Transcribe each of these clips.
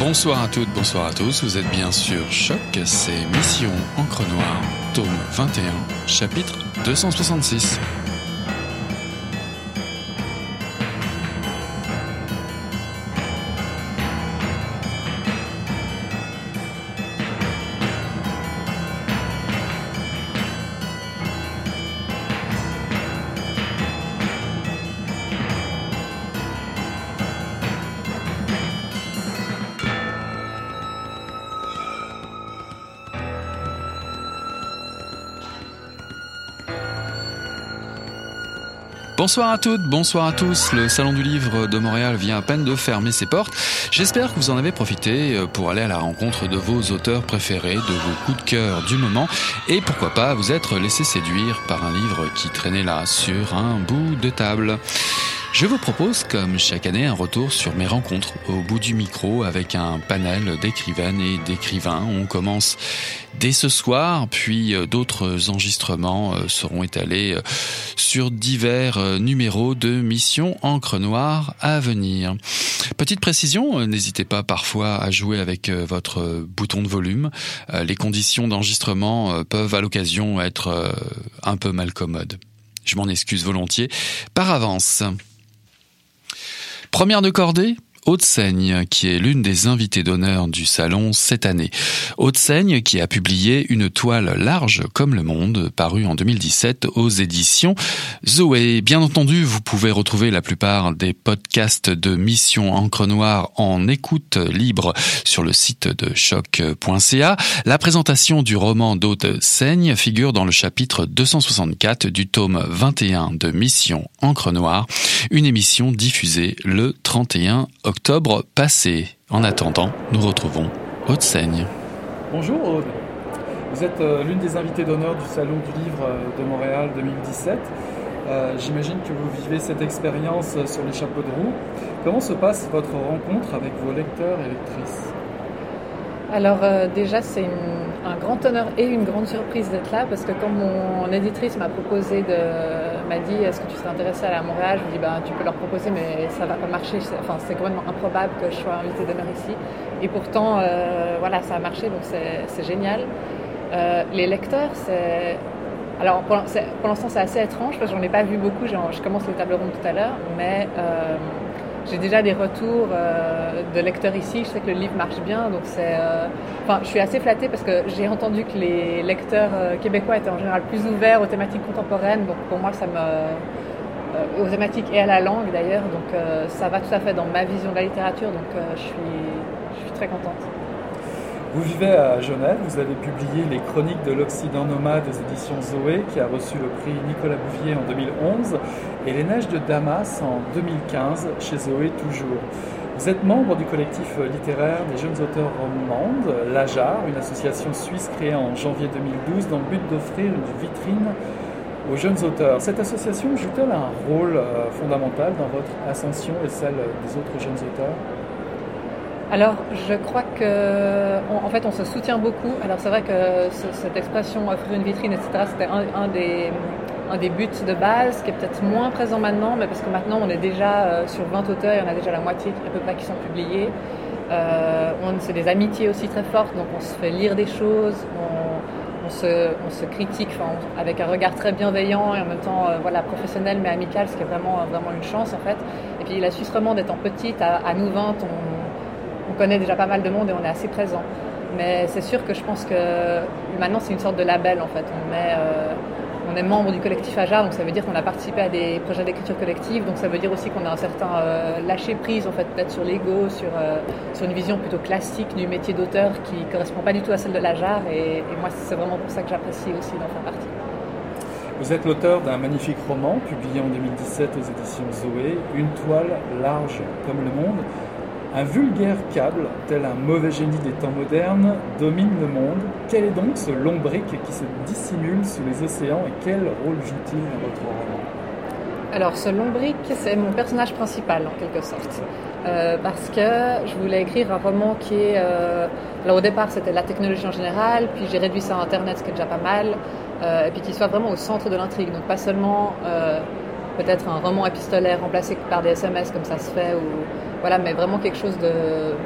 Bonsoir à toutes, bonsoir à tous, vous êtes bien sûr Choc, c'est Mission Encre Noire, tome 21, chapitre 266. Bonsoir à toutes, bonsoir à tous. Le Salon du Livre de Montréal vient à peine de fermer ses portes. J'espère que vous en avez profité pour aller à la rencontre de vos auteurs préférés, de vos coups de cœur du moment et pourquoi pas vous être laissé séduire par un livre qui traînait là sur un bout de table. Je vous propose, comme chaque année, un retour sur mes rencontres au bout du micro avec un panel d'écrivaines et d'écrivains. On commence dès ce soir, puis d'autres enregistrements seront étalés sur divers numéros de Mission Encre Noire à venir. Petite précision, n'hésitez pas parfois à jouer avec votre bouton de volume. Les conditions d'enregistrement peuvent à l'occasion être un peu malcommodes. Je m'en excuse volontiers par avance. Première de cordée, Haute-Seigne, qui est l'une des invitées d'honneur du salon cette année. Haute-Seigne qui a publié une toile large comme le monde, parue en 2017 aux éditions Zoé. Bien entendu, vous pouvez retrouver la plupart des podcasts de Mission Encre Noire en écoute libre sur le site de choc.ca. La présentation du roman d'Haute-Seigne figure dans le chapitre 264 du tome 21 de Mission Encre Noire, une émission diffusée le 31 octobre passé. En attendant, nous retrouvons Haute-Seigne. Bonjour Aude, vous êtes l'une des invitées d'honneur du Salon du Livre de Montréal 2017. J'imagine que vous vivez cette expérience sur les chapeaux de roue. Comment se passe votre rencontre avec vos lecteurs et lectrices ? Alors déjà c'est un grand honneur et une grande surprise d'être là parce que quand mon éditrice m'a dit est-ce que tu serais intéressée à aller à Montréal, je lui ai dit tu peux leur proposer mais ça va pas marcher, c'est complètement improbable que je sois invitée d'honneur ici et pourtant ça a marché donc c'est génial. Les lecteurs alors pour l'instant c'est assez étrange parce que j'en ai pas vu beaucoup, je commence les tables rondes tout à l'heure mais j'ai déjà des retours de lecteurs ici. Je sais que le livre marche bien, donc je suis assez flattée parce que j'ai entendu que les lecteurs québécois étaient en général plus ouverts aux thématiques contemporaines. Donc pour moi, aux thématiques et à la langue d'ailleurs. Donc ça va tout à fait dans ma vision de la littérature. Donc je suis très contente. Vous vivez à Genève, vous avez publié Les Chroniques de l'Occident nomade aux éditions Zoé, qui a reçu le prix Nicolas Bouvier en 2011, et Les Neiges de Damas en 2015, chez Zoé toujours. Vous êtes membre du collectif littéraire des jeunes auteurs romandes, l'AJAR, une association suisse créée en janvier 2012 dans le but d'offrir une vitrine aux jeunes auteurs. Cette association joue-t-elle un rôle fondamental dans votre ascension et celle des autres jeunes auteurs ? Alors, je crois on se soutient beaucoup. Alors, c'est vrai que cette expression offrir une vitrine, etc., c'était un des buts de base, qui est peut-être moins présent maintenant, mais parce que maintenant, on est déjà sur 20 auteurs, il y en a déjà la moitié à peu près qui sont publiés. C'est des amitiés aussi très fortes, donc on se fait lire des choses, on se critique avec un regard très bienveillant et en même temps professionnel mais amical, ce qui est vraiment une chance en fait. Et puis la Suisse romande étant petite, à nous 20, on connaît déjà pas mal de monde et on est assez présent. Mais c'est sûr que je pense que maintenant c'est une sorte de label en fait. On est membre du collectif AJAR, donc ça veut dire qu'on a participé à des projets d'écriture collective, donc ça veut dire aussi qu'on a un certain lâcher prise en fait, peut-être sur l'ego, sur une vision plutôt classique du métier d'auteur qui ne correspond pas du tout à celle de l'AJAR et moi c'est vraiment pour ça que j'apprécie aussi d'en faire partie. Vous êtes l'auteur d'un magnifique roman publié en 2017 aux éditions Zoé, Une toile large comme le monde. Un vulgaire câble, tel un mauvais génie des temps modernes, domine le monde. Quel est donc ce lombric qui se dissimule sous les océans et quel rôle joue-t-il dans votre roman ? Alors ce lombric, c'est mon personnage principal en quelque sorte. Parce que je voulais écrire un roman qui est... alors au départ c'était la technologie en général, puis j'ai réduit ça à Internet, ce qui est déjà pas mal, et puis qui soit vraiment au centre de l'intrigue. Donc pas seulement peut-être un roman épistolaire remplacé par des SMS comme ça se fait, mais vraiment quelque chose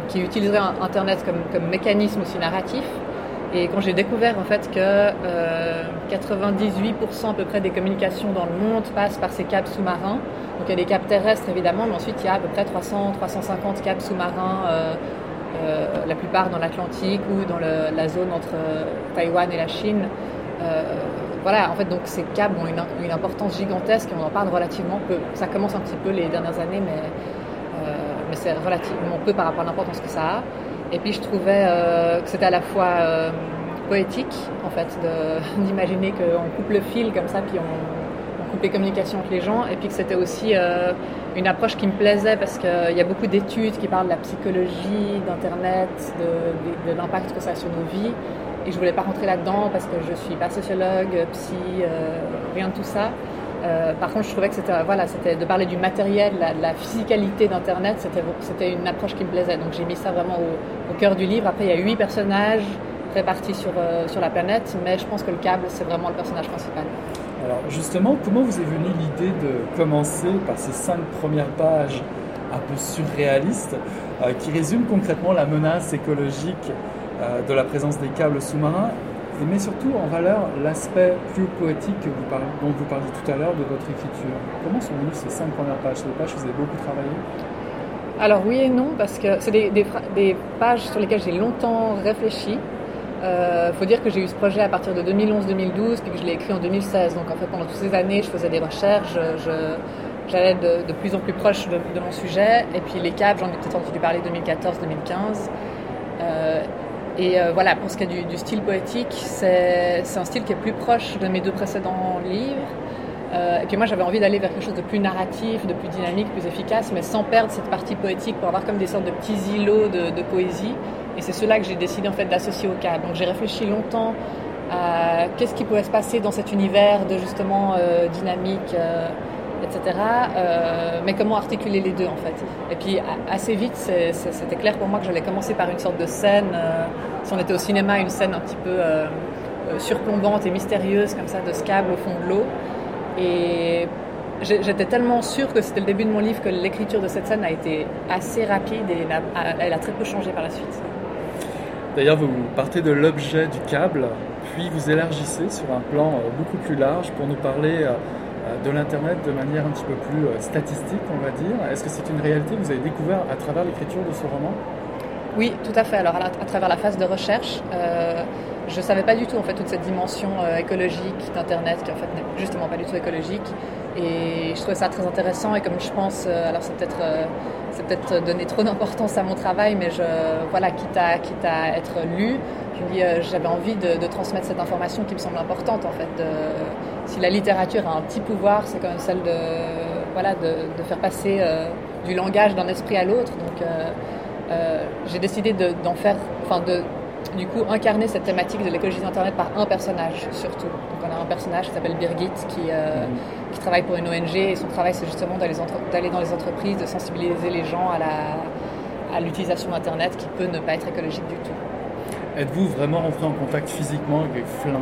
qui utiliserait Internet comme mécanisme aussi narratif. Et quand j'ai découvert en fait que 98% à peu près des communications dans le monde passent par ces câbles sous-marins, donc il y a des câbles terrestres évidemment, mais ensuite il y a à peu près 300-350 câbles sous-marins, la plupart dans l'Atlantique ou dans la zone entre Taïwan et la Chine. Voilà, en fait, donc ces câbles ont une importance gigantesque et on en parle relativement peu. Ça commence un petit peu les dernières années, mais c'est relativement peu par rapport à l'importance que ça a. Et puis je trouvais que c'était à la fois poétique, en fait, d'imaginer qu'on coupe le fil comme ça, puis on coupe les communications entre les gens, et puis que c'était aussi une approche qui me plaisait parce qu'il y a beaucoup d'études qui parlent de la psychologie, d'Internet, de l'impact que ça a sur nos vies. Et je voulais pas rentrer là-dedans parce que je suis pas sociologue, psy, rien de tout ça. Par contre, je trouvais que c'était de parler du matériel, de la physicalité d'Internet, c'était une approche qui me plaisait. Donc j'ai mis ça vraiment au cœur du livre. Après, il y a 8 personnages répartis sur la planète, mais je pense que le câble, c'est vraiment le personnage principal. Alors justement, comment vous est venue l'idée de commencer par ces 5 premières pages un peu surréalistes qui résument concrètement la menace écologique de la présence des câbles sous-marins, et met surtout en valeur l'aspect plus poétique dont vous parliez tout à l'heure de votre écriture. Comment sont venues ces 5 premières pages? C'est des pages que vous avez beaucoup travaillé? Alors oui et non, parce que c'est des pages sur lesquelles j'ai longtemps réfléchi. Faut dire que j'ai eu ce projet à partir de 2011-2012, puis que je l'ai écrit en 2016. Donc en fait, pendant toutes ces années, je faisais des recherches, j'allais de plus en plus proche de mon sujet. Et puis les câbles, j'en ai peut-être entendu parler 2014-2015. Voilà, pour ce qui est du style poétique, c'est un style qui est plus proche de mes 2 précédents livres. Et puis moi, j'avais envie d'aller vers quelque chose de plus narratif, de plus dynamique, plus efficace, mais sans perdre cette partie poétique pour avoir comme des sortes de petits îlots de poésie. Et c'est cela que j'ai décidé en fait d'associer au câble. Donc j'ai réfléchi longtemps à qu'est-ce qui pouvait se passer dans cet univers de justement dynamique, etc. Mais comment articuler les deux en fait. Et puis assez vite, c'était clair pour moi que j'allais commencer par une sorte de scène, si on était au cinéma, une scène un petit peu surplombante et mystérieuse comme ça, de ce câble au fond de l'eau. Et j'étais tellement sûre que c'était le début de mon livre que l'écriture de cette scène a été assez rapide et elle a très peu changé par la suite. D'ailleurs, vous partez de l'objet du câble, puis vous élargissez sur un plan beaucoup plus large pour nous parler de l'Internet de manière un petit peu plus statistique, on va dire. Est-ce que c'est une réalité que vous avez découvert à travers l'écriture de ce roman? Oui, tout à fait. Alors, à travers la phase de recherche, je ne savais pas du tout en fait toute cette dimension écologique d'Internet qui en fait n'est justement pas du tout écologique. Et je trouvais ça très intéressant. Et comme je pense, alors c'est peut-être donner trop d'importance à mon travail, mais quitte à être lu, je me dis j'avais envie de transmettre cette information qui me semble importante en fait. Si la littérature a un petit pouvoir, c'est quand même celle de faire passer du langage d'un esprit à l'autre. Donc j'ai décidé d'en faire, du coup incarner cette thématique de l'écologie d'Internet par un personnage surtout. Donc on a un personnage qui s'appelle Birgit qui travaille pour une ONG et son travail c'est justement d'aller dans les entreprises, de sensibiliser les gens à l'utilisation d'Internet qui peut ne pas être écologique du tout. Êtes-vous vraiment rentré en contact physiquement avec Flin?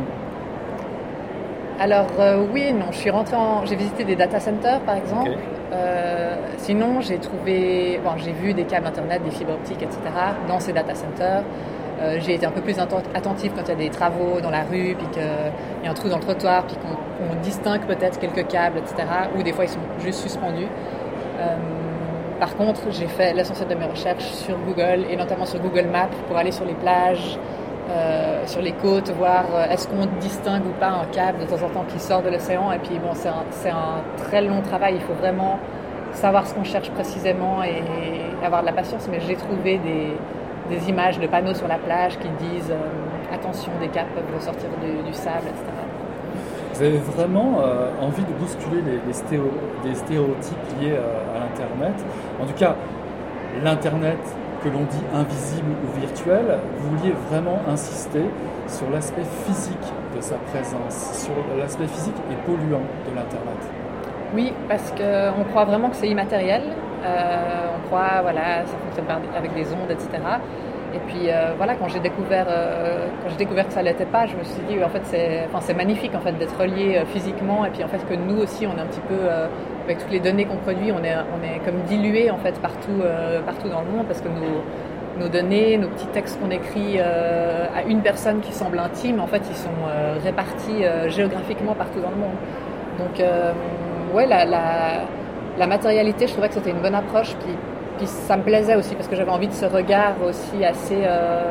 Alors oui et non, j'ai visité des data centers par exemple. Okay. Sinon j'ai vu des câbles internet, des fibres optiques, etc. dans ces data centers. J'ai été un peu plus attentive quand il y a des travaux dans la rue, puis qu'il y a un trou dans le trottoir, puis qu'on distingue peut-être quelques câbles, etc. Ou des fois ils sont juste suspendus. Par contre, j'ai fait l'essentiel de mes recherches sur Google et notamment sur Google Maps pour aller sur les plages, sur les côtes, voir est-ce qu'on distingue ou pas un câble de temps en temps qui sort de l'océan. Et puis bon, c'est un très long travail, il faut vraiment savoir ce qu'on cherche précisément et avoir de la patience, mais j'ai trouvé des images de panneaux sur la plage qui disent attention, des câbles peuvent sortir du sable, etc. Vous avez vraiment envie de bousculer des stéréotypes liés à l'Internet. En tout cas, l'Internet que l'on dit invisible ou virtuel, vous vouliez vraiment insister sur l'aspect physique de sa présence, sur l'aspect physique et polluant de l'Internet. Oui, parce qu'on croit vraiment que c'est immatériel. On croit, ça fonctionne avec des ondes, etc. Et puis quand j'ai découvert que ça l'était pas, je me suis dit en fait c'est magnifique en fait d'être relié physiquement et puis en fait que nous aussi on est un petit peu avec toutes les données qu'on produit, on est comme dilué en fait partout dans le monde parce que nos données, nos petits textes qu'on écrit à une personne qui semble intime, en fait, ils sont répartis géographiquement partout dans le monde. Donc, ouais, la matérialité, je trouvais que c'était une bonne approche. Puis ça me plaisait aussi parce que j'avais envie de ce regard aussi assez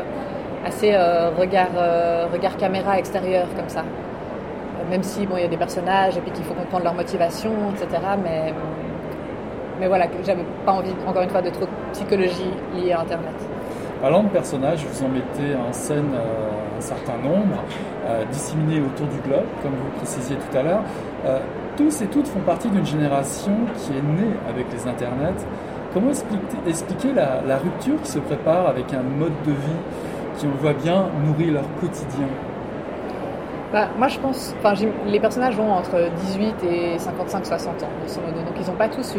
regard caméra extérieur comme ça. Même si bon, il y a des personnages et puis qu'il faut comprendre leur motivation, etc. Mais voilà, j'avais pas envie, encore une fois, de trop de psychologie liée à Internet. Parlant de personnages, vous en mettez en scène un certain nombre, disséminés autour du globe, comme vous le précisiez tout à l'heure. Tous et toutes font partie d'une génération qui est née avec les internets. Comment expliquer la rupture qui se prépare avec un mode de vie qui, on le voit bien, nourrit leur quotidien? Moi, je pense, les personnages ont entre 18 et 55-60 ans, grosso modo. Donc, ils n'ont pas tous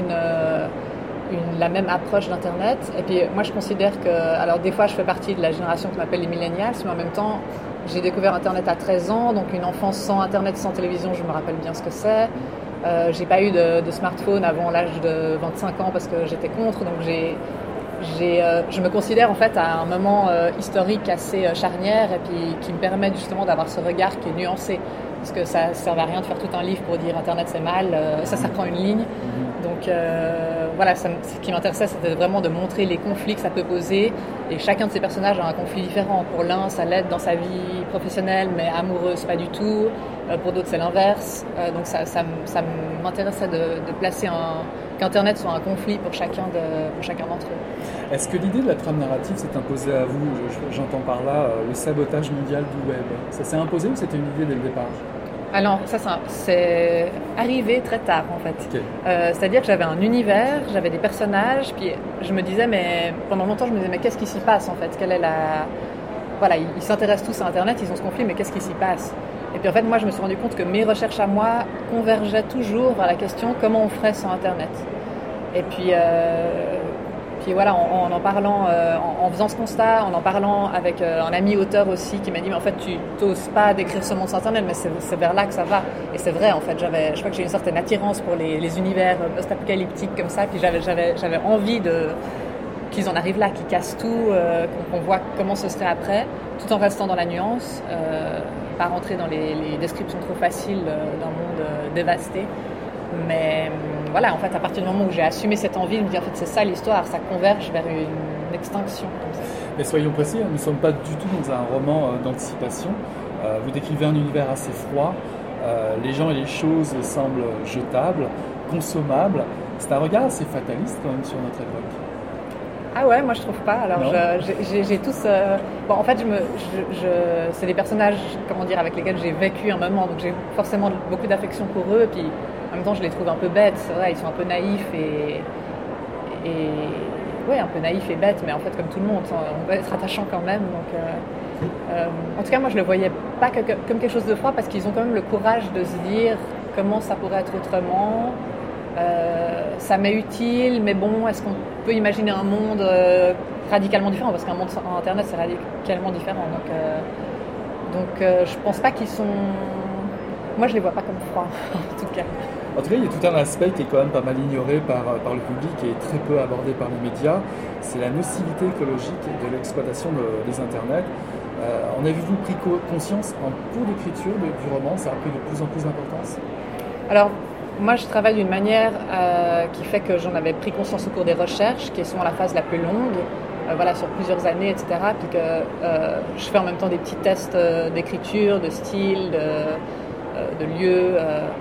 la même approche d'Internet. Et puis, moi, je considère que, alors, des fois, je fais partie de la génération qu'on appelle les millennials, mais en même temps, j'ai découvert Internet à 13 ans. Donc, une enfance sans Internet, sans télévision, je me rappelle bien ce que c'est. J'ai pas eu de smartphone avant l'âge de 25 ans parce que j'étais contre. Donc, je me considère en fait à un moment historique assez charnière et puis qui me permet justement d'avoir ce regard qui est nuancé. Parce que ça ne servait à rien de faire tout un livre pour dire Internet c'est mal, ça prend une ligne. Donc voilà, ce qui m'intéressait c'était vraiment de montrer les conflits que ça peut poser. Et chacun de ces personnages a un conflit différent. Pour l'un, ça l'aide dans sa vie professionnelle, mais amoureuse, pas du tout. Pour d'autres, c'est l'inverse. Donc ça m'intéressait de placer qu'Internet soit un conflit pour chacun d'entre eux. Est-ce que l'idée de la trame narrative s'est imposée à vous? J'entends par là le sabotage mondial du web. Ça s'est imposé ou c'était une idée dès le départ? Alors, c'est arrivé très tard, en fait. Okay. C'est-à-dire que j'avais un univers, j'avais des personnages, puis je me disais, pendant longtemps, je me disais, mais qu'est-ce qui s'y passe, en fait? Quelle est Voilà, ils s'intéressent tous à Internet, ils ont ce conflit, mais qu'est-ce qui s'y passe? Et puis, en fait, moi, je me suis rendu compte que mes recherches à moi convergeaient toujours vers la question, comment on ferait sans Internet? Et puis voilà, en parlant, en faisant ce constat, en parlant avec un ami auteur aussi qui m'a dit mais en fait tu n'oses pas d'écrire ce monde sur Internet, mais c'est vers là que ça va. Et c'est vrai en fait, je crois que j'ai une certaine attirance pour les univers post-apocalyptiques comme ça, puis j'avais envie qu'ils en arrivent là, qu'ils cassent tout, qu'on voit comment ce serait après, tout en restant dans la nuance, pas rentrer dans les descriptions trop faciles d'un monde dévasté. Mais voilà, en fait, à partir du moment où j'ai assumé cette envie, je me dis en fait c'est ça l'histoire, ça converge vers une extinction. Mais soyons précis, nous ne sommes pas du tout dans un roman d'anticipation. Vous décrivez un univers assez froid, les gens et les choses semblent jetables, consommables. C'est un regard assez fataliste quand même sur notre époque. Ah ouais, moi je trouve pas. Alors j'ai tous. Bon, en fait, c'est des personnages, comment dire, avec lesquels j'ai vécu un moment, donc j'ai forcément beaucoup d'affection pour eux. Puis en même temps, je les trouve un peu bêtes. C'est vrai, ils sont un peu naïfs et ouais, un peu naïfs et bêtes, mais en fait, comme tout le monde, on peut être attachant quand même. Donc, en tout cas, moi, je le voyais pas comme quelque chose de froid parce qu'ils ont quand même le courage de se dire comment ça pourrait être autrement. Ça m'est utile, mais bon, est-ce qu'on peut imaginer un monde radicalement différent? Parce qu'un monde sans Internet, c'est radicalement différent. Donc je pense pas qu'ils sont... Moi, je les vois pas comme froids, en tout cas. En tout cas, il y a tout un aspect qui est quand même pas mal ignoré par le public et très peu abordé par les médias. C'est la nocivité écologique de l'exploitation des Internets. En avez-vous pris conscience en cours d'écriture du roman? Ça a pris de plus en plus d'importance? Alors, moi, je travaille d'une manière qui fait que j'en avais pris conscience au cours des recherches, qui est souvent la phase la plus longue, voilà, sur plusieurs années, etc. Puis que je fais en même temps des petits tests d'écriture, de style, de lieu.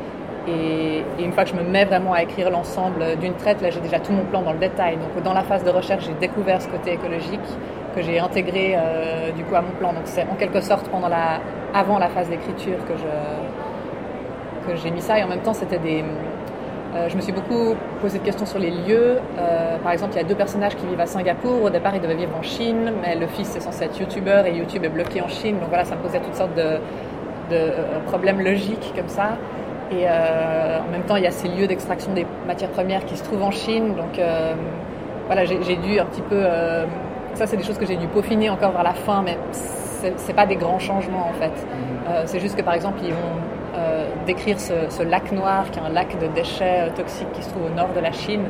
Et une fois que je me mets vraiment à écrire l'ensemble d'une traite, là, j'ai déjà tout mon plan dans le détail. Donc, dans la phase de recherche, j'ai découvert ce côté écologique que j'ai intégré du coup à mon plan. Donc, c'est en quelque sorte avant la phase d'écriture que j'ai mis ça, et en même temps c'était je me suis beaucoup posé de questions sur les lieux. Par exemple, il y a 2 personnages qui vivent à Singapour. Au départ, ils devaient vivre en Chine, mais le fils est censé être youtubeur et YouTube est bloqué en Chine. Donc voilà, ça me posait toutes sortes de problèmes logiques comme ça. Et en même temps, il y a ces lieux d'extraction des matières premières qui se trouvent en Chine. Donc voilà, j'ai dû un petit peu... ça, c'est des choses que j'ai dû peaufiner encore vers la fin, mais c'est pas des grands changements en fait. C'est juste que par exemple, ils vont décrire ce lac noir qui est un lac de déchets toxiques qui se trouve au nord de la Chine.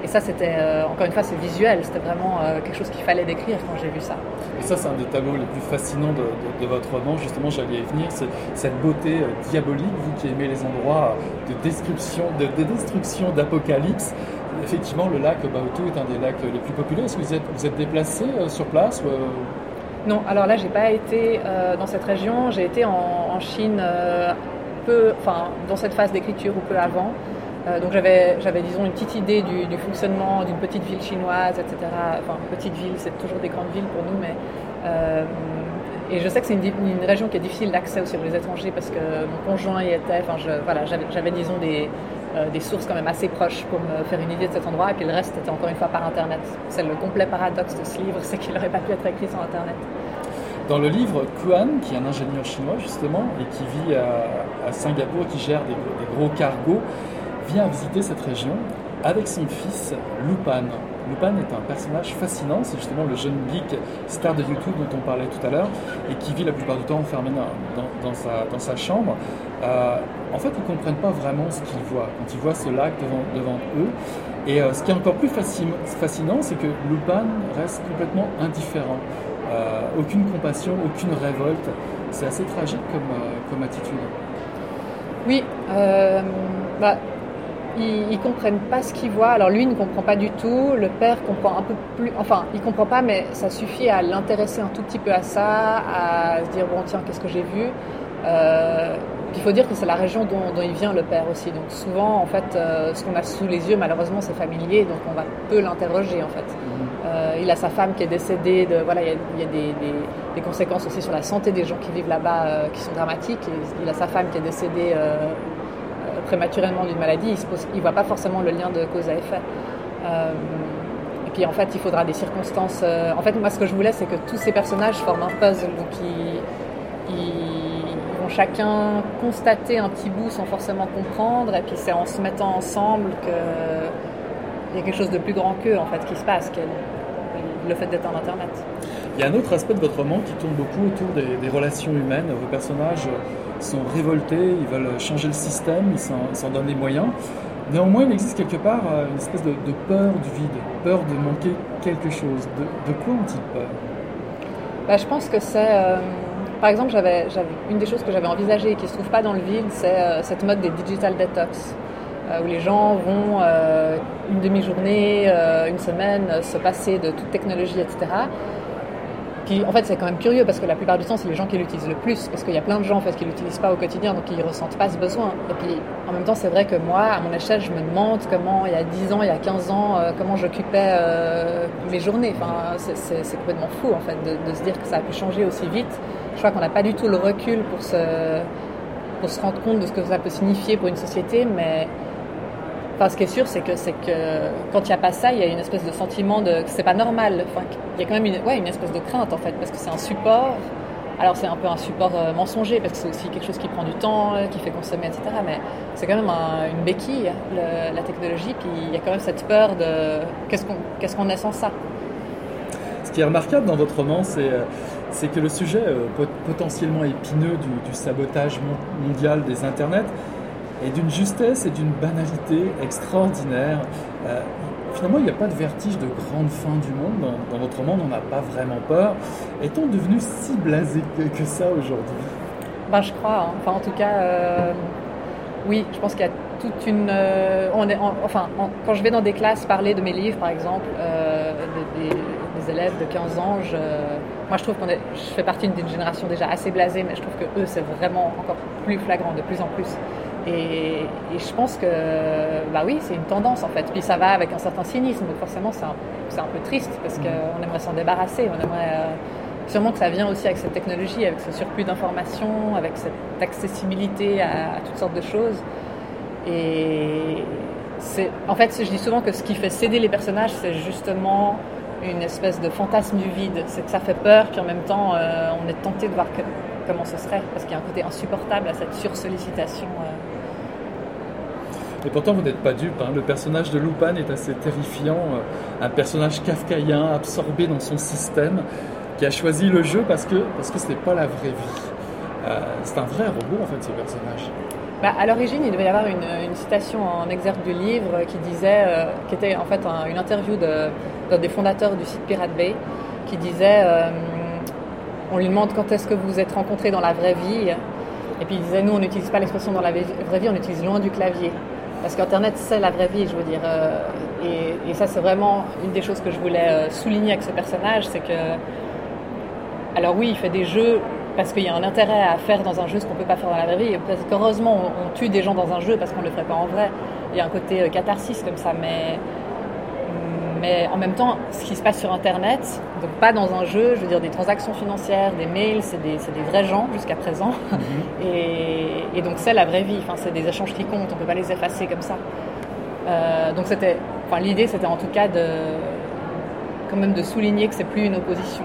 Et ça, c'était, encore une fois, c'est visuel, c'était vraiment quelque chose qu'il fallait décrire quand j'ai vu ça. Et ça, c'est un des tableaux les plus fascinants de votre roman, justement, j'allais y venir, c'est cette beauté diabolique, vous qui aimez les endroits de destruction, d'apocalypse. Effectivement, le lac Baotou est un des lacs les plus populaires. Est-ce que vous êtes déplacé sur place Non, alors là, j'ai pas été dans cette région, j'ai été en Chine dans cette phase d'écriture ou peu avant. Donc j'avais, disons, une petite idée du fonctionnement d'une petite ville chinoise, etc. Enfin, petite ville, c'est toujours des grandes villes pour nous, mais... et je sais que c'est une région qui est difficile d'accès aussi pour les étrangers parce que mon conjoint y était. Enfin, j'avais, disons, des sources quand même assez proches pour me faire une idée de cet endroit, et puis le reste était encore une fois par Internet. C'est le complet paradoxe de ce livre, c'est qu'il n'aurait pas pu être écrit sans Internet. Dans le livre, Kuan, qui est un ingénieur chinois justement, et qui vit à Singapour, qui gère des gros cargos, vient visiter cette région avec son fils Lupan. Lupan est un personnage fascinant, c'est justement le jeune geek star de YouTube dont on parlait tout à l'heure et qui vit la plupart du temps enfermé dans sa chambre. En fait, ils ne comprennent pas vraiment ce qu'ils voient quand ils voient ce lac devant eux. Et ce qui est encore plus fascinant, c'est que Lupan reste complètement indifférent. Aucune compassion, aucune révolte. C'est assez tragique comme attitude. Oui, ils comprennent pas ce qu'ils voient. Alors lui, il ne comprend pas du tout. Le père comprend un peu plus. Enfin, il comprend pas, mais ça suffit à l'intéresser un tout petit peu à ça, à se dire bon tiens, qu'est-ce que j'ai vu. Il faut dire que c'est la région dont il vient, le père aussi. Donc souvent, en fait, ce qu'on a sous les yeux, malheureusement, c'est familier, donc on va peu l'interroger en fait. Il a sa femme qui est décédée. Il y a des conséquences aussi sur la santé des gens qui vivent là-bas qui sont dramatiques. Et il a sa femme qui est décédée prématurément d'une maladie. Il voit pas forcément le lien de cause à effet. Et puis en fait, il faudra des circonstances. En fait, moi, ce que je voulais, c'est que tous ces personnages forment un puzzle. Donc ils vont chacun constater un petit bout sans forcément comprendre. Et puis c'est en se mettant ensemble qu'il y a quelque chose de plus grand qu'eux en fait qui se passe, le fait d'être en Internet. Il y a un autre aspect de votre roman qui tourne beaucoup autour des relations humaines. Vos personnages sont révoltés, ils veulent changer le système, ils s'en donnent les moyens. Néanmoins, il existe quelque part une espèce de peur du vide, peur de manquer quelque chose. De quoi ont-ils peur ? Je pense que c'est... par exemple, une des choses que j'avais envisagées et qui ne se trouve pas dans le vide, c'est cette mode des digital detox, où les gens vont une demi-journée, une semaine, se passer de toute technologie, etc. Puis, en fait, c'est quand même curieux parce que la plupart du temps, c'est les gens qui l'utilisent le plus, parce qu'il y a plein de gens en fait qui l'utilisent pas au quotidien, donc ils ressentent pas ce besoin. Et puis, en même temps, c'est vrai que moi, à mon échelle, je me demande comment, il y a 10 ans, il y a 15 ans, comment j'occupais mes journées. Enfin, c'est complètement fou en fait de se dire que ça a pu changer aussi vite. Je crois qu'on n'a pas du tout le recul pour se rendre compte de ce que ça peut signifier pour une société, mais enfin, ce qui est sûr, c'est que quand il n'y a pas ça, il y a une espèce de sentiment que c'est pas normal. Enfin, il y a quand même une espèce de crainte en fait, parce que c'est un support. Alors c'est un peu un support mensonger, parce que c'est aussi quelque chose qui prend du temps, qui fait consommer, etc. Mais c'est quand même une béquille, la technologie. Puis il y a quand même cette peur de qu'est-ce qu'on est sans ça. Ce qui est remarquable dans votre roman, c'est que le sujet potentiellement épineux du sabotage mondial des internets et d'une justesse et d'une banalité extraordinaire. Finalement, il n'y a pas de vertige de grande fin du monde. Dans votre roman, on n'en a pas vraiment peur. Est-on devenu si blasé que ça aujourd'hui ? Je crois. Hein. Enfin, en tout cas, oui, je pense qu'il y a toute une... quand je vais dans des classes parler de mes livres, par exemple, des élèves de 15 ans, moi, je trouve je fais partie d'une génération déjà assez blasée, mais je trouve que eux, c'est vraiment encore plus flagrant, de plus en plus. Et je pense que, oui, c'est une tendance en fait. Puis ça va avec un certain cynisme, donc forcément c'est un peu triste parce qu'on aimerait s'en débarrasser. On aimerait sûrement que ça vient aussi avec cette technologie, avec ce surplus d'informations, avec cette accessibilité à toutes sortes de choses. Et en fait, je dis souvent que ce qui fait céder les personnages, c'est justement une espèce de fantasme du vide. C'est que ça fait peur, puis en même temps, on est tenté de voir comment ce serait, parce qu'il y a un côté insupportable à cette sursollicitation. Et pourtant, vous n'êtes pas dupe. Hein. Le personnage de Lupan est assez terrifiant. Un personnage kafkaïen, absorbé dans son système, qui a choisi le jeu parce que ce n'est pas la vraie vie. C'est un vrai robot, en fait, ce personnage. À l'origine, il devait y avoir une citation en exergue du livre qui disait, qui était en fait une interview d'un des fondateurs du site Pirate Bay, qui disait, on lui demande quand est-ce que vous vous êtes rencontrés dans la vraie vie, et puis il disait, nous on n'utilise pas l'expression dans la vraie vie, on utilise loin du clavier, parce qu'Internet c'est la vraie vie, je veux dire, et ça c'est vraiment une des choses que je voulais souligner avec ce personnage, c'est que, alors oui, il fait des jeux parce qu'il y a un intérêt à faire dans un jeu ce qu'on ne peut pas faire dans la vraie vie. Parce qu'heureusement, on tue des gens dans un jeu parce qu'on ne le ferait pas en vrai. Il y a un côté catharsis comme ça. Mais en même temps, ce qui se passe sur Internet, donc pas dans un jeu, je veux dire des transactions financières, des mails, c'est des vrais gens jusqu'à présent. Et donc c'est la vraie vie. Enfin, c'est des échanges qui comptent. On ne peut pas les effacer comme ça. Donc l'idée, c'était en tout cas quand même de souligner que c'est plus une opposition.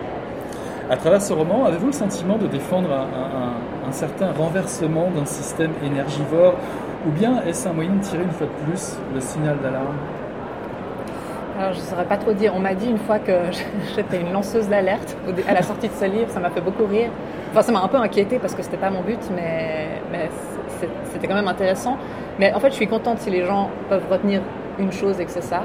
À travers ce roman, avez-vous le sentiment de défendre un certain renversement d'un système énergivore, ou bien est-ce un moyen de tirer une fois de plus le signal d'alarme ? Alors je ne saurais pas trop dire. On m'a dit une fois que j'étais une lanceuse d'alerte à la sortie de ce livre, ça m'a fait beaucoup rire. Enfin, ça m'a un peu inquiétée parce que c'était pas mon but, mais c'était quand même intéressant. Mais en fait, je suis contente si les gens peuvent retenir une chose et que c'est ça.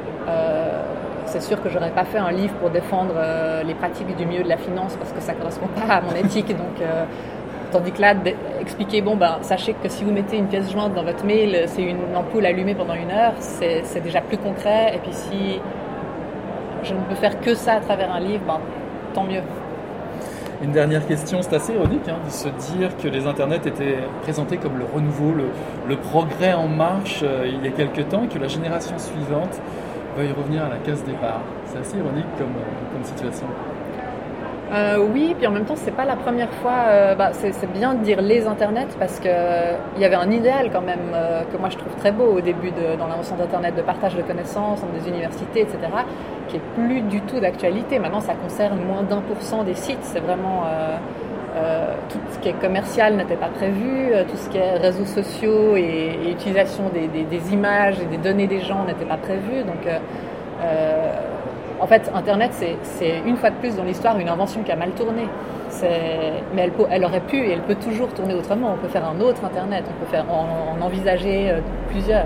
C'est sûr que j'aurais pas fait un livre pour défendre les pratiques du milieu de la finance parce que ça correspond pas à mon éthique. Donc, tandis que là, expliquer, sachez que si vous mettez une pièce jointe dans votre mail, c'est une ampoule allumée pendant 1 heure, c'est déjà plus concret. Et puis si je ne peux faire que ça à travers un livre, tant mieux. Une dernière question, c'est assez ironique de se dire que les internets étaient présentés comme le renouveau, le progrès en marche il y a quelques temps, et que la génération suivante veuille revenir à la case départ. C'est assez ironique comme situation. Oui, puis en même temps, c'est pas la première fois. C'est bien de dire les internets parce que il y avait un idéal quand même que moi je trouve très beau au début dans l'invention d'Internet, de partage de connaissances dans des universités, etc., qui est plus du tout d'actualité. Maintenant, ça concerne moins d'1% des sites. C'est vraiment tout ce qui est commercial n'était pas prévu, tout ce qui est réseaux sociaux et utilisation des images et des données des gens n'était pas prévu. Donc, en fait, Internet, c'est une fois de plus dans l'histoire une invention qui a mal tourné. Mais elle aurait pu et elle peut toujours tourner autrement. On peut faire un autre Internet, on peut en envisager plusieurs.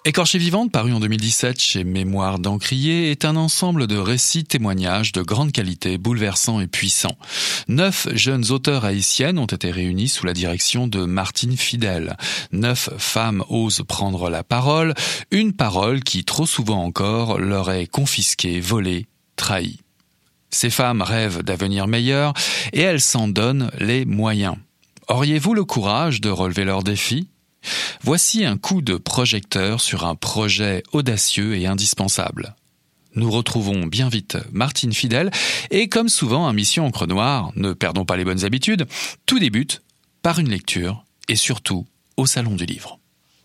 Écorchée vivante, paru en 2017 chez Mémoire d'Encrier, est un ensemble de récits témoignages de grande qualité, bouleversants et puissants. 9 jeunes auteurs haïtiennes ont été réunies sous la direction de Martine Fidel. 9 femmes osent prendre la parole, une parole qui, trop souvent encore, leur est confisquée, volée, trahie. Ces femmes rêvent d'avenir meilleur et elles s'en donnent les moyens. Auriez-vous le courage de relever leurs défis ? Voici un coup de projecteur sur un projet audacieux et indispensable. Nous retrouvons bien vite Martine Fidel et comme souvent à Mission Encre Noire, ne perdons pas les bonnes habitudes, tout débute par une lecture et surtout au Salon du Livre.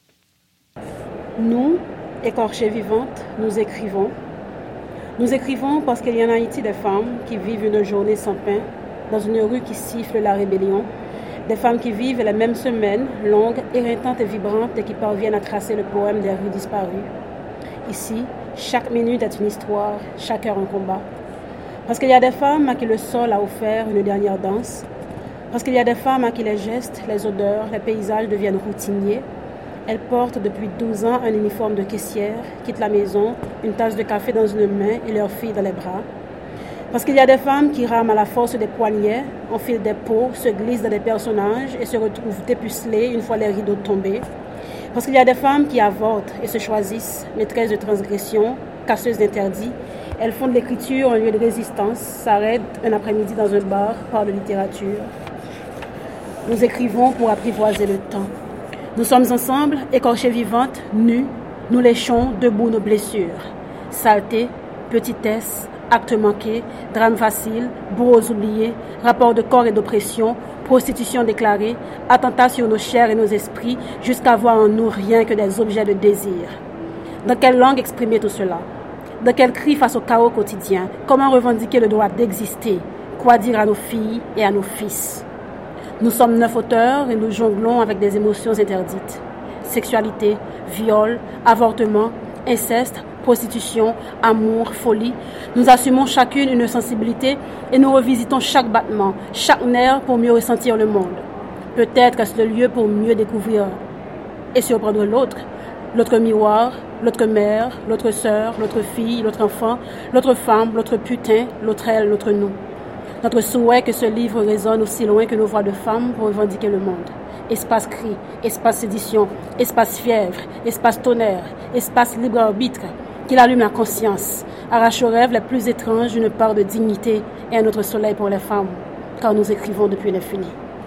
Nous, Écorchées vivantes, nous écrivons. Nous écrivons parce qu'il y a en Haïti des femmes qui vivent une journée sans pain, dans une rue qui siffle la rébellion. Des femmes qui vivent les mêmes semaines, longues, éreintantes et vibrantes, et qui parviennent à tracer le poème des rues disparues. Ici, chaque minute est une histoire, chaque heure un combat. Parce qu'il y a des femmes à qui le sol a offert une dernière danse. Parce qu'il y a des femmes à qui les gestes, les odeurs, les paysages deviennent routiniers. Elles portent depuis 12 ans un uniforme de caissière, quittent la maison, une tasse de café dans une main et leur fille dans les bras. Parce qu'il y a des femmes qui rament à la force des poignets, enfilent des pots, se glissent dans des personnages et se retrouvent dépucelées une fois les rideaux tombés. Parce qu'il y a des femmes qui avortent et se choisissent, maîtresses de transgression, casseuses d'interdits. Elles font de l'écriture un lieu de résistance, s'arrêtent un après-midi dans un bar, parlent de littérature. Nous écrivons pour apprivoiser le temps. Nous sommes ensemble, écorchées vivantes, nues, nous léchons debout nos blessures. Saleté, petitesse, actes manqués, drames faciles, bourreaux oubliés, rapports de corps et d'oppression, prostitution déclarée, attentats sur nos chairs et nos esprits, jusqu'à voir en nous rien que des objets de désir. Dans quelle langue exprimer tout cela ? Dans quel cri face au chaos quotidien ? Comment revendiquer le droit d'exister ? Quoi dire à nos filles et à nos fils ? Nous sommes 9 auteurs et nous jonglons avec des émotions interdites. Sexualité, viol, avortement, inceste, prostitution, amour, folie. Nous assumons chacune une sensibilité et nous revisitons chaque battement, chaque nerf pour mieux ressentir le monde. Peut-être est-ce le lieu pour mieux découvrir et surprendre l'autre, l'autre miroir, l'autre mère, l'autre sœur, l'autre fille, l'autre enfant, l'autre femme, l'autre putain, l'autre elle, l'autre nous. Notre souhait que ce livre résonne aussi loin que nos voix de femmes pour revendiquer le monde. Espace cri, espace sédition, espace fièvre, espace tonnerre, espace libre arbitre, qu'il allume la conscience, arrache aux rêves les plus étranges une part de dignité et un autre soleil pour les femmes, car nous écrivons depuis l'infini.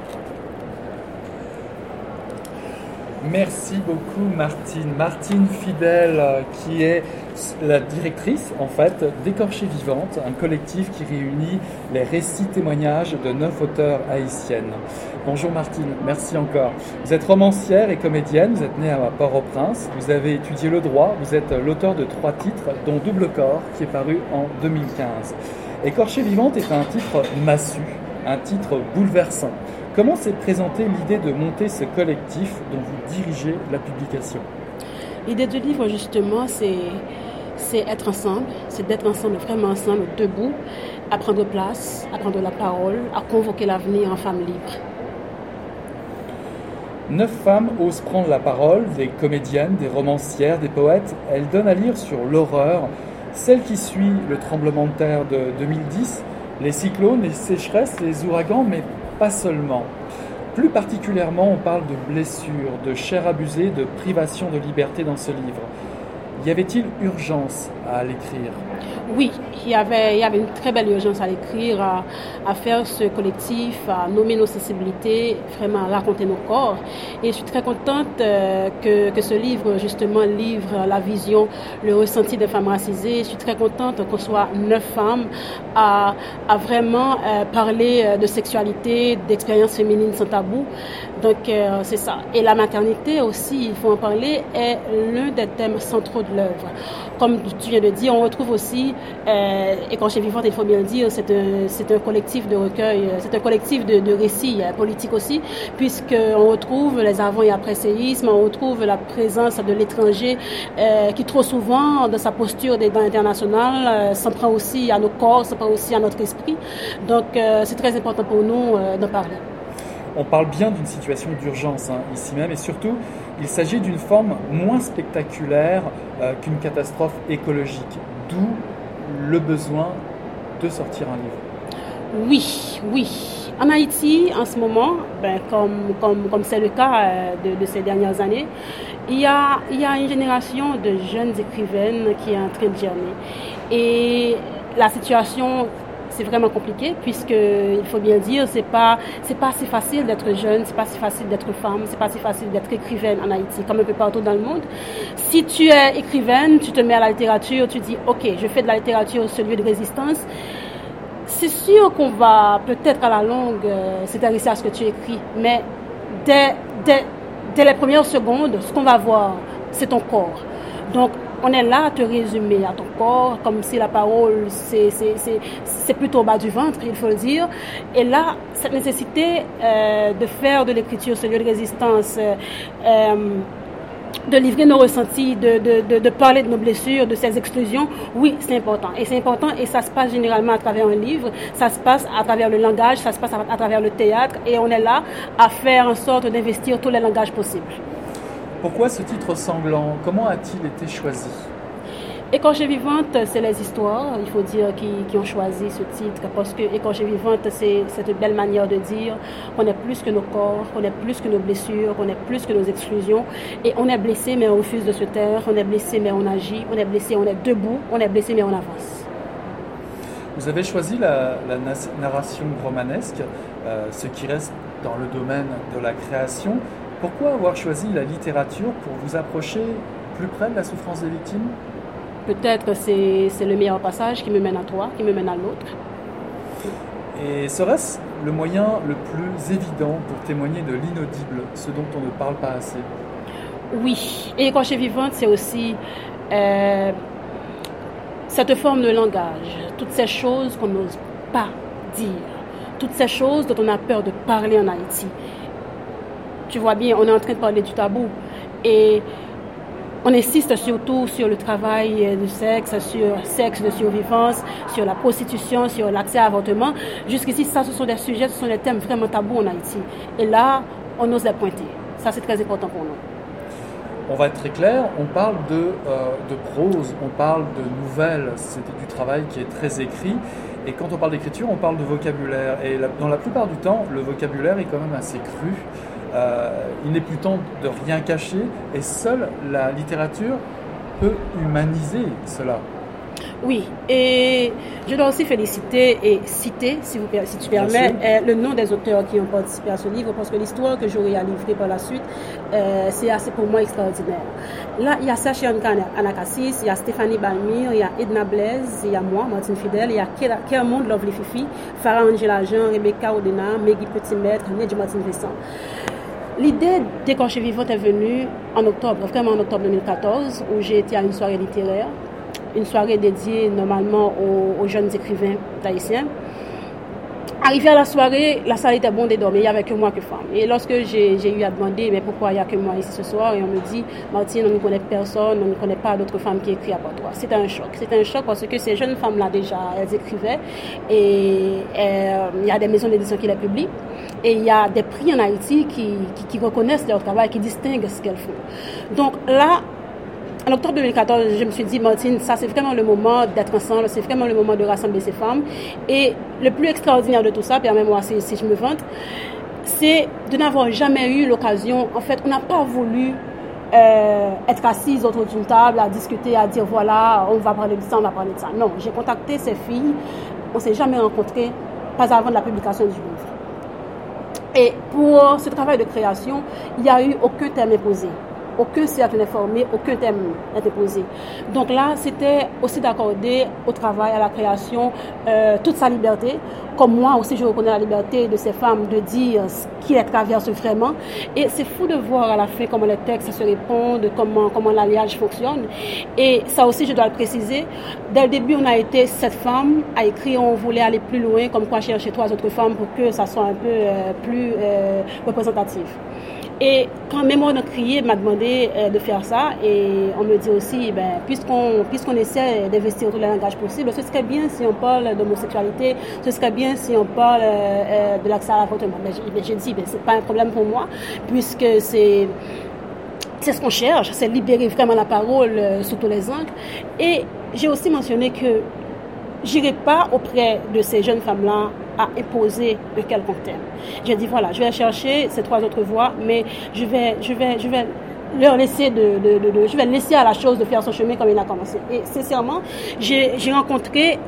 Merci beaucoup Martine. Martine Fidel, qui est la directrice en fait d'Écorchées vivantes, un collectif qui réunit les récits témoignages de 9 auteurs haïtiennes. Bonjour Martine, merci encore. Vous êtes romancière et comédienne, vous êtes née à Port-au-Prince, vous avez étudié le droit, vous êtes l'auteur de 3 titres, dont Double Corps, qui est paru en 2015. Écorchées vivantes est un titre massu, un titre bouleversant. Comment s'est présentée l'idée de monter ce collectif dont vous dirigez la publication ? L'idée du livre, justement, c'est être ensemble, c'est d'être ensemble, vraiment ensemble, debout, à prendre place, à prendre la parole, à convoquer l'avenir en femmes libres. 9 femmes osent prendre la parole, des comédiennes, des romancières, des poètes. Elles donnent à lire sur l'horreur, celle qui suit le tremblement de terre de 2010, les cyclones, les sécheresses, les ouragans, mais pas seulement. Plus particulièrement, on parle de blessures, de chair abusée, de privation de liberté dans ce livre. Y avait-il urgence à l'écrire ? Oui, il y avait une très belle urgence à l'écrire, à faire ce collectif, à nommer nos sensibilités, vraiment à raconter nos corps. Et je suis très contente que ce livre, justement, livre la vision, le ressenti des femmes racisées. Je suis très contente qu'on soit 9 femmes à vraiment parler de sexualité, d'expériences féminines sans tabou. Donc, c'est ça. Et la maternité aussi, il faut en parler, est l'un des thèmes centraux de l'œuvre. Comme tu viens de dire, on retrouve aussi, Écorchées vivantes, il faut bien le dire, c'est un collectif de recueil, c'est un collectif de récits politiques aussi, puisqu'on retrouve les avant et après séisme, on retrouve la présence de l'étranger qui trop souvent, dans sa posture d'aide internationale, s'en prend aussi à nos corps, s'en prend aussi à notre esprit. Donc, c'est très important pour nous d'en parler. On parle bien d'une situation d'urgence ici même et surtout Il s'agit d'une forme moins spectaculaire qu'une catastrophe écologique, d'où le besoin de sortir un livre. Oui. En Haïti, en ce moment, comme c'est le cas de ces dernières années, il y a une génération de jeunes écrivaines qui est en train de germer. Et la situation, c'est vraiment compliqué, puisque il faut bien dire, c'est pas si facile d'être jeune, c'est pas si facile d'être femme, c'est pas si facile d'être écrivaine en Haïti, comme un peu partout dans le monde. Si tu es écrivaine, tu te mets à la littérature, tu dis, ok, je fais de la littérature ce lieu de résistance. C'est sûr qu'on va peut-être à la longue s'intéresser à ce que tu écris, mais dès les premières secondes, ce qu'on va voir, c'est ton corps. Donc, on est là à te résumer à ton corps, comme si la parole, c'est plutôt au bas du ventre, il faut le dire. Et là, cette nécessité de faire de l'écriture ce lieu de résistance, de livrer nos ressentis, de parler de nos blessures, de ces exclusions, oui, c'est important. Et c'est important, et ça se passe généralement à travers un livre, ça se passe à travers le langage, ça se passe à travers le théâtre, et on est là à faire en sorte d'investir tous les langages possibles. Pourquoi ce titre sanglant? Comment a-t-il été choisi? Écorchée vivante, c'est les histoires, il faut dire, qui ont choisi ce titre, parce que Écorchée vivante, c'est une belle manière de dire qu'on est plus que nos corps, qu'on est plus que nos blessures, qu'on est plus que nos exclusions, et on est blessé mais on refuse de se taire, on est blessé mais on agit, on est blessé, on est debout, on est blessé mais on avance. Vous avez choisi la narration romanesque, ce qui reste dans le domaine de la création. Pourquoi avoir choisi la littérature pour vous approcher plus près de la souffrance des victimes? Peut-être c'est le meilleur passage qui me mène à toi, qui me mène à l'autre. Et serait-ce le moyen le plus évident pour témoigner de l'inaudible, ce dont on ne parle pas assez? Oui, et Écorchée vivante, c'est aussi cette forme de langage, toutes ces choses qu'on n'ose pas dire, toutes ces choses dont on a peur de parler en Haïti. Tu vois bien, on est en train de parler du tabou et on insiste surtout sur le travail du sexe, sur sexe de survivance, sur la prostitution, sur l'accès à l'avortement. Jusqu'ici, ça, ce sont des sujets, ce sont des thèmes vraiment tabous en Haïti. Et là, on ose les pointer. Ça, c'est très important pour nous. On va être très clair, on parle de prose, on parle de nouvelles, c'est du travail qui est très écrit. Et quand on parle d'écriture, on parle de vocabulaire. Et dans la plupart du temps, le vocabulaire est quand même assez cru. Il n'est plus temps de rien cacher et seule la littérature peut humaniser cela. Oui, et je dois aussi féliciter et citer, si tu permets, le nom des auteurs qui ont participé à ce livre, parce que l'histoire que j'aurai à livrer par la suite, c'est assez pour moi extraordinaire. Là, il y a Sachi Anakassis, il y a Stéphanie Balmire, il y a Edna Blaise, il y a moi, Martine Fidèle, il y a Kermonde Lovely Fifi, Farah Angela Jean, Rebecca Odena, Meggy Petit-Maître, Nedji Martine Vincent. L'idée d'Écorchée vivante est venue en octobre, vraiment en octobre 2014, où j'ai été à une soirée littéraire, une soirée dédiée normalement aux jeunes écrivains haïtiens. Arrivé à la soirée, la salle était bondée d'hommes, il n'y avait que moi que femme. Et lorsque j'ai eu à demander mais pourquoi il n'y a que moi ici ce soir, et on me dit Martine, on ne connaît personne, on ne connaît pas d'autres femmes qui écrivent à part toi. C'était un choc. C'était un choc parce que ces jeunes femmes-là déjà, elles écrivaient et il y a des maisons d'édition qui les publient. Et il y a des prix en Haïti qui reconnaissent leur travail, qui distinguent ce qu'elles font. Donc là, en octobre 2014, je me suis dit, Martine, ça c'est vraiment le moment d'être ensemble, c'est vraiment le moment de rassembler ces femmes. Et le plus extraordinaire de tout ça, permets-moi si je me vante, c'est de n'avoir jamais eu l'occasion, en fait, on n'a pas voulu être assises autour d'une table, à discuter, à dire voilà, on va parler de ça, on va parler de ça. Non, j'ai contacté ces filles, on ne s'est jamais rencontrées, pas avant de la publication du livre. Et pour ce travail de création, il n'y a eu aucun thème imposé. Aucun cercle n'est formé, aucun thème n'est imposé. Donc là, c'était aussi d'accorder au travail, à la création, toute sa liberté. Comme moi aussi, je reconnais la liberté de ces femmes de dire ce qui les traverse vraiment. Et c'est fou de voir à la fin comment les textes se répondent, comment l'alliage fonctionne. Et ça aussi, je dois le préciser. Dès le début, on a été 7 femmes à écrire. On voulait aller plus loin, comme quoi chercher 3 autres femmes pour que ça soit un peu plus représentatif. Et quand Mémoire de crier m'a demandé de faire ça, et on me dit aussi, puisqu'on essaie d'investir tous les langages possibles, ce serait bien si on parle d'homosexualité, ce serait bien si on parle de l'accès à l'avortement. Mais j'ai dit, c'est pas un problème pour moi, puisque c'est c'est ce qu'on cherche, c'est libérer vraiment la parole sous tous les angles. Et j'ai aussi mentionné que j'irai pas auprès de ces jeunes femmes-là à imposer de quelconque thème. J'ai dit voilà, je vais chercher ces 3 autres voies, mais je vais leur laisser je vais laisser à la chose de faire son chemin comme il a commencé. Et sincèrement, j'ai rencontré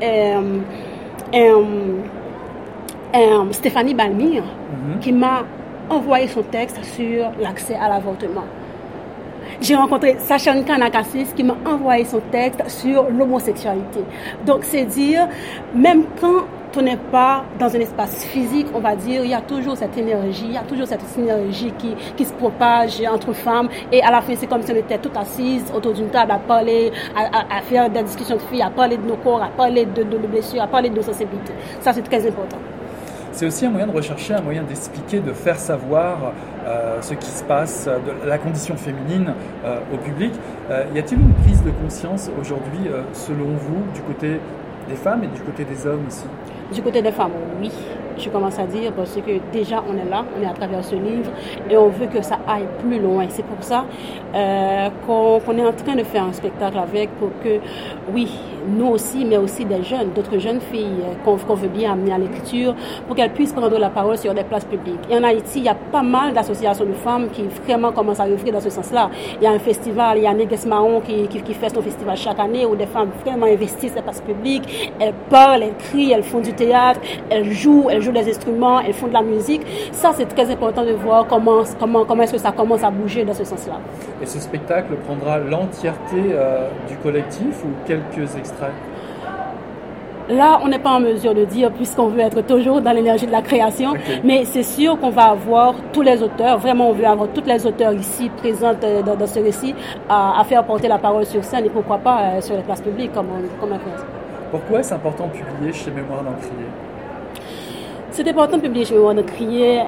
Stéphanie Balmire qui m'a envoyé son texte sur l'accès à l'avortement. J'ai rencontré Sacha Nkanakassis qui m'a envoyé son texte sur l'homosexualité. Donc, c'est dire, même quand on n'est pas dans un espace physique, on va dire, il y a toujours cette énergie, il y a toujours cette synergie qui se propage entre femmes. Et à la fin, c'est comme si on était toutes assises autour d'une table à parler, à faire des discussions de filles, à parler de nos corps, à parler de nos blessures, à parler de nos sensibilités. Ça, c'est très important. C'est aussi un moyen de rechercher, un moyen d'expliquer, de faire savoir ce qui se passe, de la condition féminine au public. Y a-t-il une prise de conscience aujourd'hui, selon vous, du côté des femmes et du côté des hommes aussi? Du côté des femmes, oui. Je commence à dire parce que déjà on est là, on est à travers ce livre et on veut que ça aille plus loin. C'est pour ça qu'on est en train de faire un spectacle avec pour que, oui, nous aussi, mais aussi des jeunes, d'autres jeunes filles qu'on veut bien amener à l'écriture pour qu'elles puissent prendre la parole sur des places publiques. Et en Haïti, il y a pas mal d'associations de femmes qui vraiment commencent à œuvrer dans ce sens-là. Il y a un festival, il y a Néguès Marron qui fait son festival chaque année où des femmes vraiment investissent les places publiques. Elles parlent, elles crient, elles font du théâtre, elles jouent des instruments, elles font de la musique. Ça, c'est très important de voir comment est-ce que ça commence à bouger dans ce sens-là. Et ce spectacle prendra l'entièreté du collectif ou quelques extraits? Là, on n'est pas en mesure de dire puisqu'on veut être toujours dans l'énergie de la création, okay. Mais c'est sûr qu'on va avoir tous les auteurs, vraiment on veut avoir tous les auteurs ici présents dans ce récit à faire porter la parole sur scène et pourquoi pas sur les places publiques comme influence. Pourquoi est-ce important de publier chez Mémoire d'Encrier? C'est important de publier chez Mémoire d'Encrier.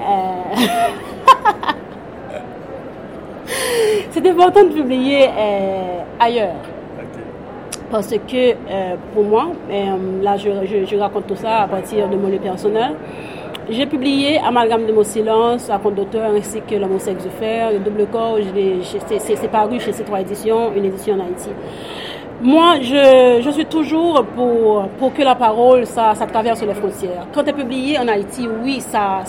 C'est important de publier ailleurs. Parce que pour moi, là je raconte tout ça à partir de mon lieu personnel. J'ai publié Amalgame de mon silence, à compte d'auteur ainsi que L'homme au sexe de fer, Le double corps, c'est paru chez C3 Éditions, une édition en Haïti. Moi, je suis toujours pour que la parole, ça traverse les frontières. Quand c'est publié en Haïti, oui, ça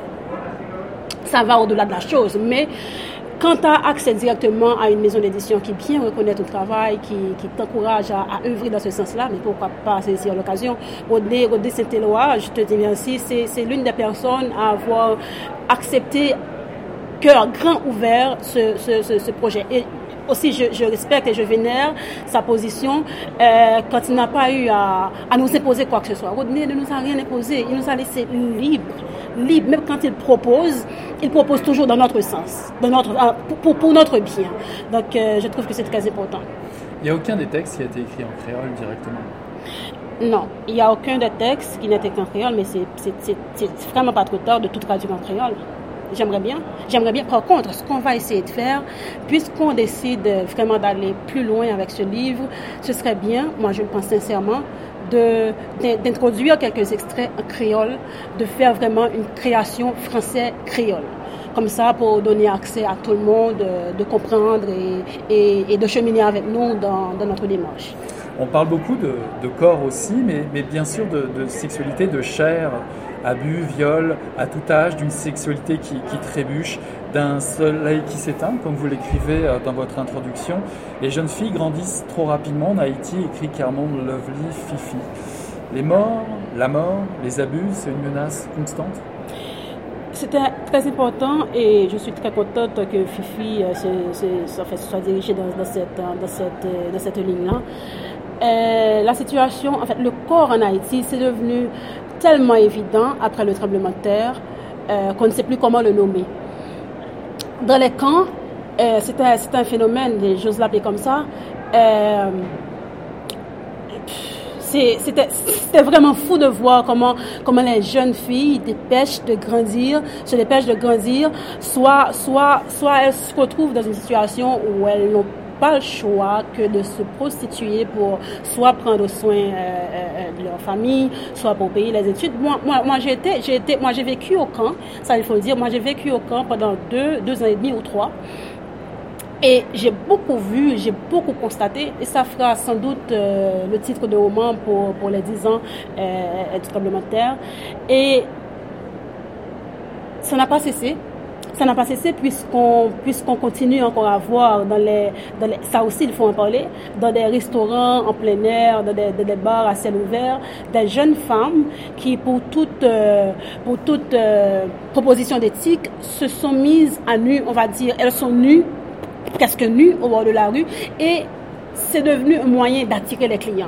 va au-delà de la chose, mais quand tu as accès directement à une maison d'édition qui bien reconnaît ton travail, qui t'encourage à œuvrer dans ce sens-là, mais pourquoi pas saisir l'occasion. Rodney Saint-Éloi, je te dis merci, c'est l'une des personnes à avoir accepté cœur grand ouvert ce projet. Et aussi, je respecte et je vénère sa position quand il n'a pas eu à nous imposer quoi que ce soit. Rodney ne nous a rien imposé, il nous a laissé libre. Même quand il propose toujours dans notre sens, pour notre bien. Donc, je trouve que c'est très important. Il n'y a aucun des textes qui a été écrit en créole directement? Non, il n'y a aucun des textes qui n'a été écrit en créole, mais c'est vraiment pas trop tard de tout traduire en créole. J'aimerais bien. Par contre, ce qu'on va essayer de faire, puisqu'on décide vraiment d'aller plus loin avec ce livre, ce serait bien, moi je le pense sincèrement, d'introduire quelques extraits en créole, de faire vraiment une création français-créole. Comme ça, pour donner accès à tout le monde, de comprendre et de cheminer avec nous dans notre démarche. On parle beaucoup de corps aussi, mais bien sûr de sexualité, de chair, abus, viol, à tout âge, d'une sexualité qui trébuche, d'un soleil qui s'éteint, comme vous l'écrivez dans votre introduction. Les jeunes filles grandissent trop rapidement en Haïti, écrit Carmon Lovely Fifi. La mort, les abus, c'est une menace constante? C'était très important et je suis très contente que Fifi soit dirigée dans cette ligne-là. La situation, en fait, le corps en Haïti, c'est devenu tellement évident après le tremblement de terre qu'on ne sait plus comment le nommer. Dans les camps, c'était un phénomène, j'ose l'appeler comme ça. C'était vraiment fou de voir comment les jeunes filles se dépêchent de grandir, soit elles se retrouvent dans une situation où elles n'ont pas le choix que de se prostituer pour soit prendre soin de leur famille, soit pour payer les études. Moi j'ai vécu au camp, ça il faut le dire. Moi j'ai vécu au camp pendant 2 ans et demi ou 3. Et j'ai beaucoup vu, j'ai beaucoup constaté, et ça fera sans doute le titre de roman pour les 10 ans du tremblement de terre. Et ça n'a pas cessé. Ça n'a pas cessé puisqu'on continue encore à voir ça aussi il faut en parler, dans des restaurants en plein air, dans des bars à ciel ouvert, des jeunes femmes qui pour toute proposition d'éthique se sont mises à nu, on va dire, elles sont nues, presque nues au bord de la rue, et c'est devenu un moyen d'attirer les clients.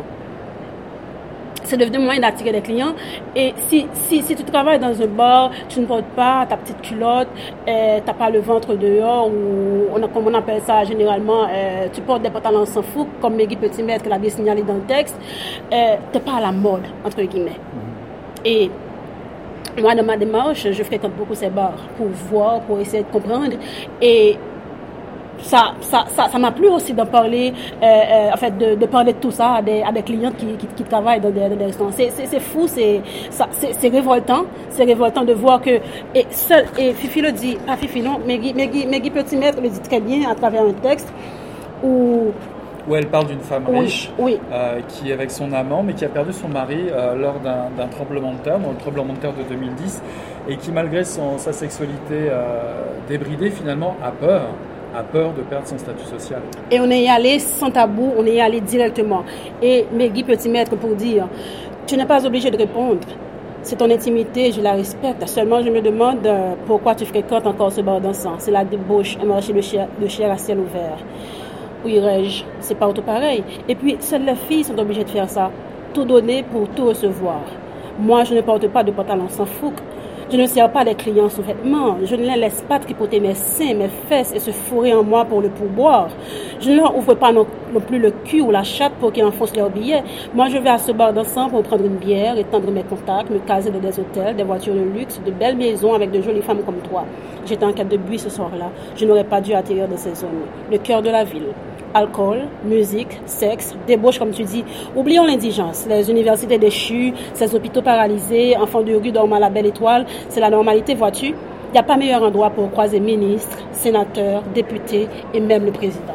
C'est devenu un moyen d'attirer des clients. Et si tu travailles dans un bar, tu ne portes pas ta petite culotte, t'as pas le ventre dehors, ou comme on appelle ça généralement, tu portes des pantalons sans fouc, comme Maggie Petit-Maître l'avait signalé dans le texte, t'es pas à la mode, entre guillemets. Et moi, dans ma démarche, je fréquente beaucoup ces bars pour voir, pour essayer de comprendre. Et ça m'a plu aussi d'en parler, de parler de tout ça à des clients qui travaillent dans des restaurants. C'est fou, c'est révoltant. C'est révoltant de voir que, et Fifi le dit, pas Fifi non, Maggie Petit-Maître le dit très bien à travers un texte où elle parle d'une femme riche, oui. Qui est avec son amant, mais qui a perdu son mari lors d'un tremblement de terre, dans le tremblement de terre de 2010, et qui, malgré sa sexualité débridée, finalement, a peur de perdre son statut social. Et on est y allé sans tabou, on est y allé directement. Et Maggie Petit-Maître pour dire, tu n'es pas obligé de répondre. C'est ton intimité, je la respecte. Seulement, je me demande pourquoi tu fréquentes encore ce bar dansant. C'est la débauche, un marché de chair à ciel ouvert. Où irais-je? C'est pas tout pareil. Et puis, seules les filles sont obligées de faire ça. Tout donner pour tout recevoir. Moi, je ne porte pas de pantalon sans fouc. Je ne sers pas les clients sous vêtements. Je ne les laisse pas tripoter mes seins, mes fesses et se fourrer en moi pour le pourboire. Je ne leur ouvre pas non plus le cul ou la chatte pour qu'ils enfoncent leurs billets. Moi, je vais à ce bar dansant pour prendre une bière, étendre mes contacts, me caser dans des hôtels, des voitures de luxe, de belles maisons avec de jolies femmes comme toi. J'étais en quête de buis ce soir-là. Je n'aurais pas dû atterrir dans ces zones. Le cœur de la ville. Alcool, musique, sexe, débauche comme tu dis. Oublions l'indigence, les universités déchues, ces hôpitaux paralysés, enfants de rue dormant à la belle étoile. C'est la normalité, vois-tu. Il n'y a pas meilleur endroit pour croiser ministres, sénateurs, députés et même le président.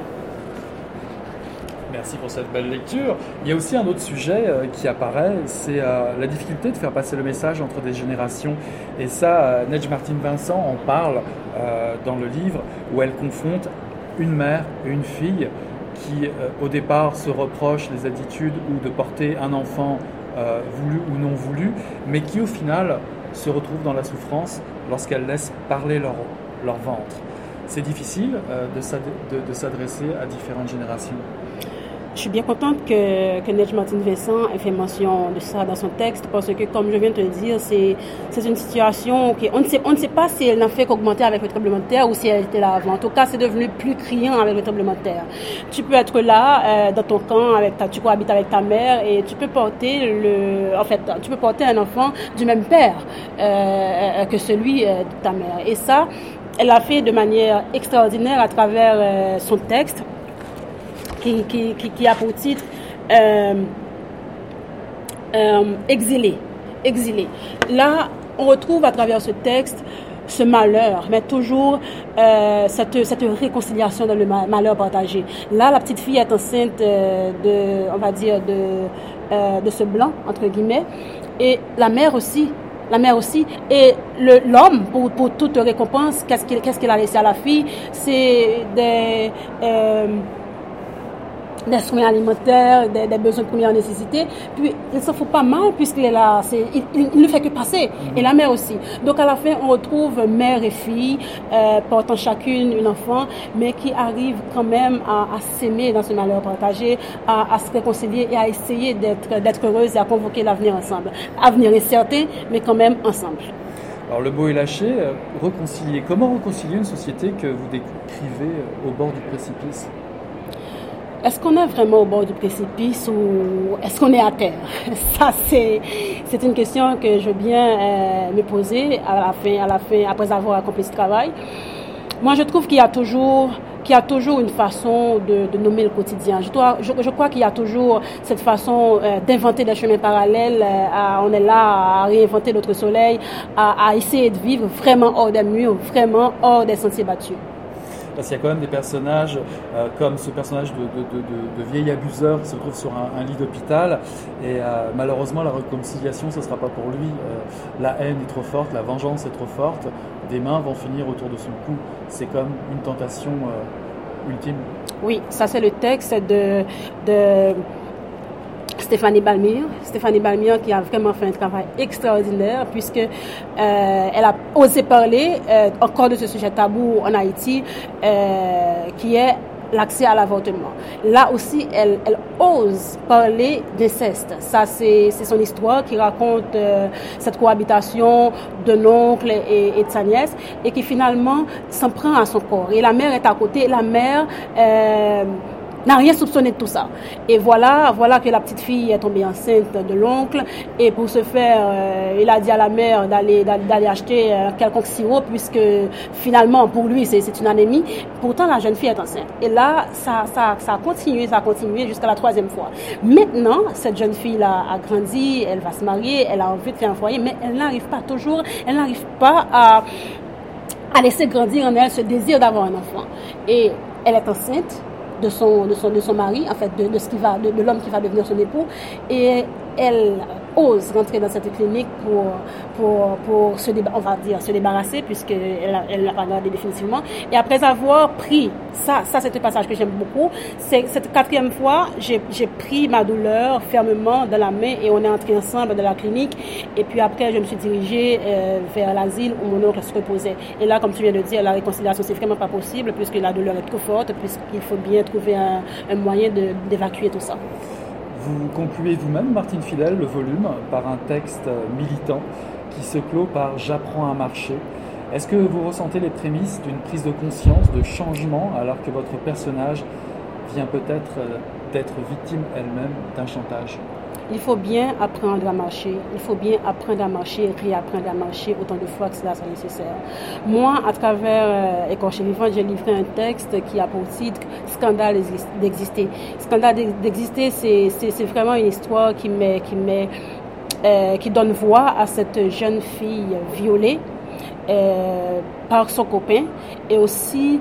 Merci pour cette belle lecture. Il y a aussi un autre sujet qui apparaît, c'est la difficulté de faire passer le message entre des générations. Et ça, Nedj Martine Vincent en parle dans le livre, où elle confronte une mère et une fille qui, au départ, se reprochent les attitudes ou de porter un enfant voulu ou non voulu, mais qui, au final, se retrouvent dans la souffrance lorsqu'elles laissent parler leur ventre. C'est difficile de s'adresser à différentes générations. Je suis bien contente que Nedj Martine Vincent ait fait mention de ça dans son texte, parce que, comme je viens de te le dire, c'est une situation on ne sait pas si elle n'a fait qu'augmenter avec le tremblement de terre ou si elle était là avant. En tout cas, c'est devenu plus criant avec le tremblement de terre. Tu peux être là, dans ton camp, tu cohabites avec ta mère, et tu peux porter un enfant du même père que celui de ta mère. Et ça, elle l'a fait de manière extraordinaire à travers son texte, qui a pour titre Exilé. Là, on retrouve à travers ce texte ce malheur, mais toujours cette réconciliation dans le malheur partagé. Là, la petite fille est enceinte de ce blanc, entre guillemets, et la mère aussi. Et l'homme, pour toute récompense, qu'est-ce qu'il a laissé à la fille? C'est des soins alimentaires, des besoins de première nécessité. Puis, il s'en fout pas mal puisqu'il est là. Il ne fait que passer. Et la mère aussi. Donc, à la fin, on retrouve mère et fille, portant chacune une enfant, mais qui arrivent quand même à s'aimer dans ce malheur partagé, à se réconcilier et à essayer d'être heureuses et à convoquer l'avenir ensemble. Avenir incertain, mais quand même ensemble. Alors, le beau est lâché. Réconcilier. Comment réconcilier une société que vous décrivez au bord du précipice? Est-ce qu'on est vraiment au bord du précipice ou est-ce qu'on est à terre? Ça, c'est une question que je veux bien me poser à la fin, après avoir accompli ce travail. Moi, je trouve qu'il y a toujours une façon de nommer le quotidien. Je crois qu'il y a toujours cette façon d'inventer des chemins parallèles. On est là à réinventer notre soleil, à essayer de vivre vraiment hors des murs, vraiment hors des sentiers battus. parce qu'il y a quand même des personnages comme ce personnage de vieil abuseur qui se trouve sur un lit d'hôpital, et malheureusement la réconciliation ce ne sera pas pour lui. La haine est trop forte, la vengeance est trop forte, des mains vont finir autour de son cou. C'est comme une tentation ultime. Oui, ça c'est le texte de Stéphanie Balmire. Stéphanie Balmire qui a vraiment fait un travail extraordinaire puisque elle a osé parler encore de ce sujet tabou en Haïti qui est l'accès à l'avortement. Là aussi, elle ose parler d'inceste. Ça, c'est son histoire qui raconte cette cohabitation de l'oncle et de sa nièce et qui finalement s'en prend à son corps. Et la mère est à côté. La mère n'a rien soupçonné de tout ça. Et voilà que la petite fille est tombée enceinte de l'oncle. Et pour ce faire, il a dit à la mère d'aller acheter quelconque sirop, puisque finalement, pour lui, c'est une anémie. Pourtant, la jeune fille est enceinte. Et là, ça a continué jusqu'à la 3e fois. Maintenant, cette jeune fille-là a grandi, elle va se marier, elle a envie de faire un foyer, mais elle n'arrive pas à laisser grandir en elle ce désir d'avoir un enfant. Et elle est enceinte de son mari, en fait, de l'homme qui va devenir son époux, et elle ose rentrer dans cette clinique pour se débarrasser, puisqu'elle l'a pas gardé définitivement. Et après avoir pris, ça c'est un passage que j'aime beaucoup, c'est cette 4e fois, j'ai pris ma douleur fermement dans la main et on est entrés ensemble dans la clinique. Et puis après, je me suis dirigée vers l'asile où mon oncle se reposait. Et là, comme tu viens de dire, la réconciliation, c'est vraiment pas possible puisque la douleur est trop forte, puisqu'il faut bien trouver un moyen d'évacuer tout ça. Vous concluez vous-même, Martine Fidèle, le volume par un texte militant qui se clôt par « J'apprends à marcher ». Est-ce que vous ressentez les prémices d'une prise de conscience, de changement, alors que votre personnage vient peut-être d'être victime elle-même d'un chantage ? Il faut bien apprendre à marcher. Il faut bien apprendre à marcher et réapprendre à marcher autant de fois que cela soit nécessaire. Moi, à travers Écorché Vivant, j'ai livré un texte qui a pour titre « Scandale d'exister ». Scandale d'exister, c'est vraiment une histoire qui donne voix à cette jeune fille violée par son copain et aussi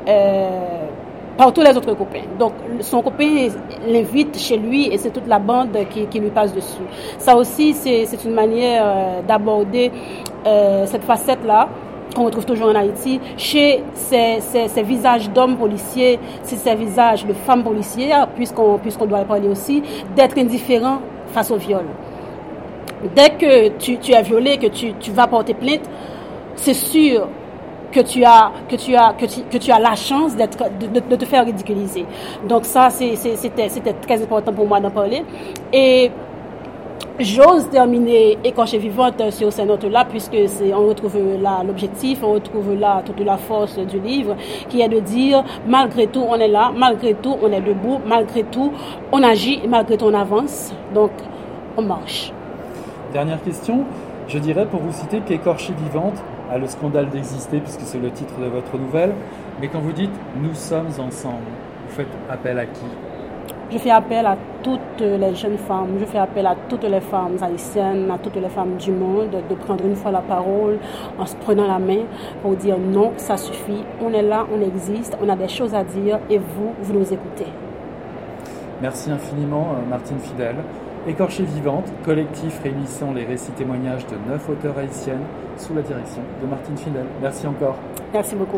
par tous les autres copains. Donc, son copain l'invite chez lui et c'est toute la bande qui lui passe dessus. Ça aussi, c'est une manière d'aborder cette facette-là qu'on retrouve toujours en Haïti, chez ces visages d'hommes policiers, ces visages de femmes policières, puisqu'on doit parler aussi, d'être indifférent face au viol. Dès que tu es violé, que tu vas porter plainte, c'est sûr que tu as la chance de te faire ridiculiser. Donc ça, c'était très important pour moi d'en parler. Et j'ose terminer Écorché Vivante sur ces notes-là, puisque on retrouve là l'objectif, on retrouve là toute la force du livre, qui est de dire, malgré tout, on est là, malgré tout, on est debout, malgré tout, on agit, et malgré tout, on avance. Donc, on marche. Dernière question, je dirais, pour vous citer, qu'Écorché Vivante a le scandale d'exister, puisque c'est le titre de votre nouvelle. Mais quand vous dites « nous sommes ensemble », vous faites appel à qui ? Je fais appel à toutes les jeunes femmes, je fais appel à toutes les femmes haïtiennes, à toutes les femmes du monde, de prendre une fois la parole en se prenant la main pour dire non, ça suffit, on est là, on existe, on a des choses à dire et vous nous écoutez. Merci infiniment, Martine Fidèle. Écorché Vivante, collectif réunissant les récits témoignages de 9 auteurs haïtiennes sous la direction de Martine Fidèle. Merci encore. Merci beaucoup.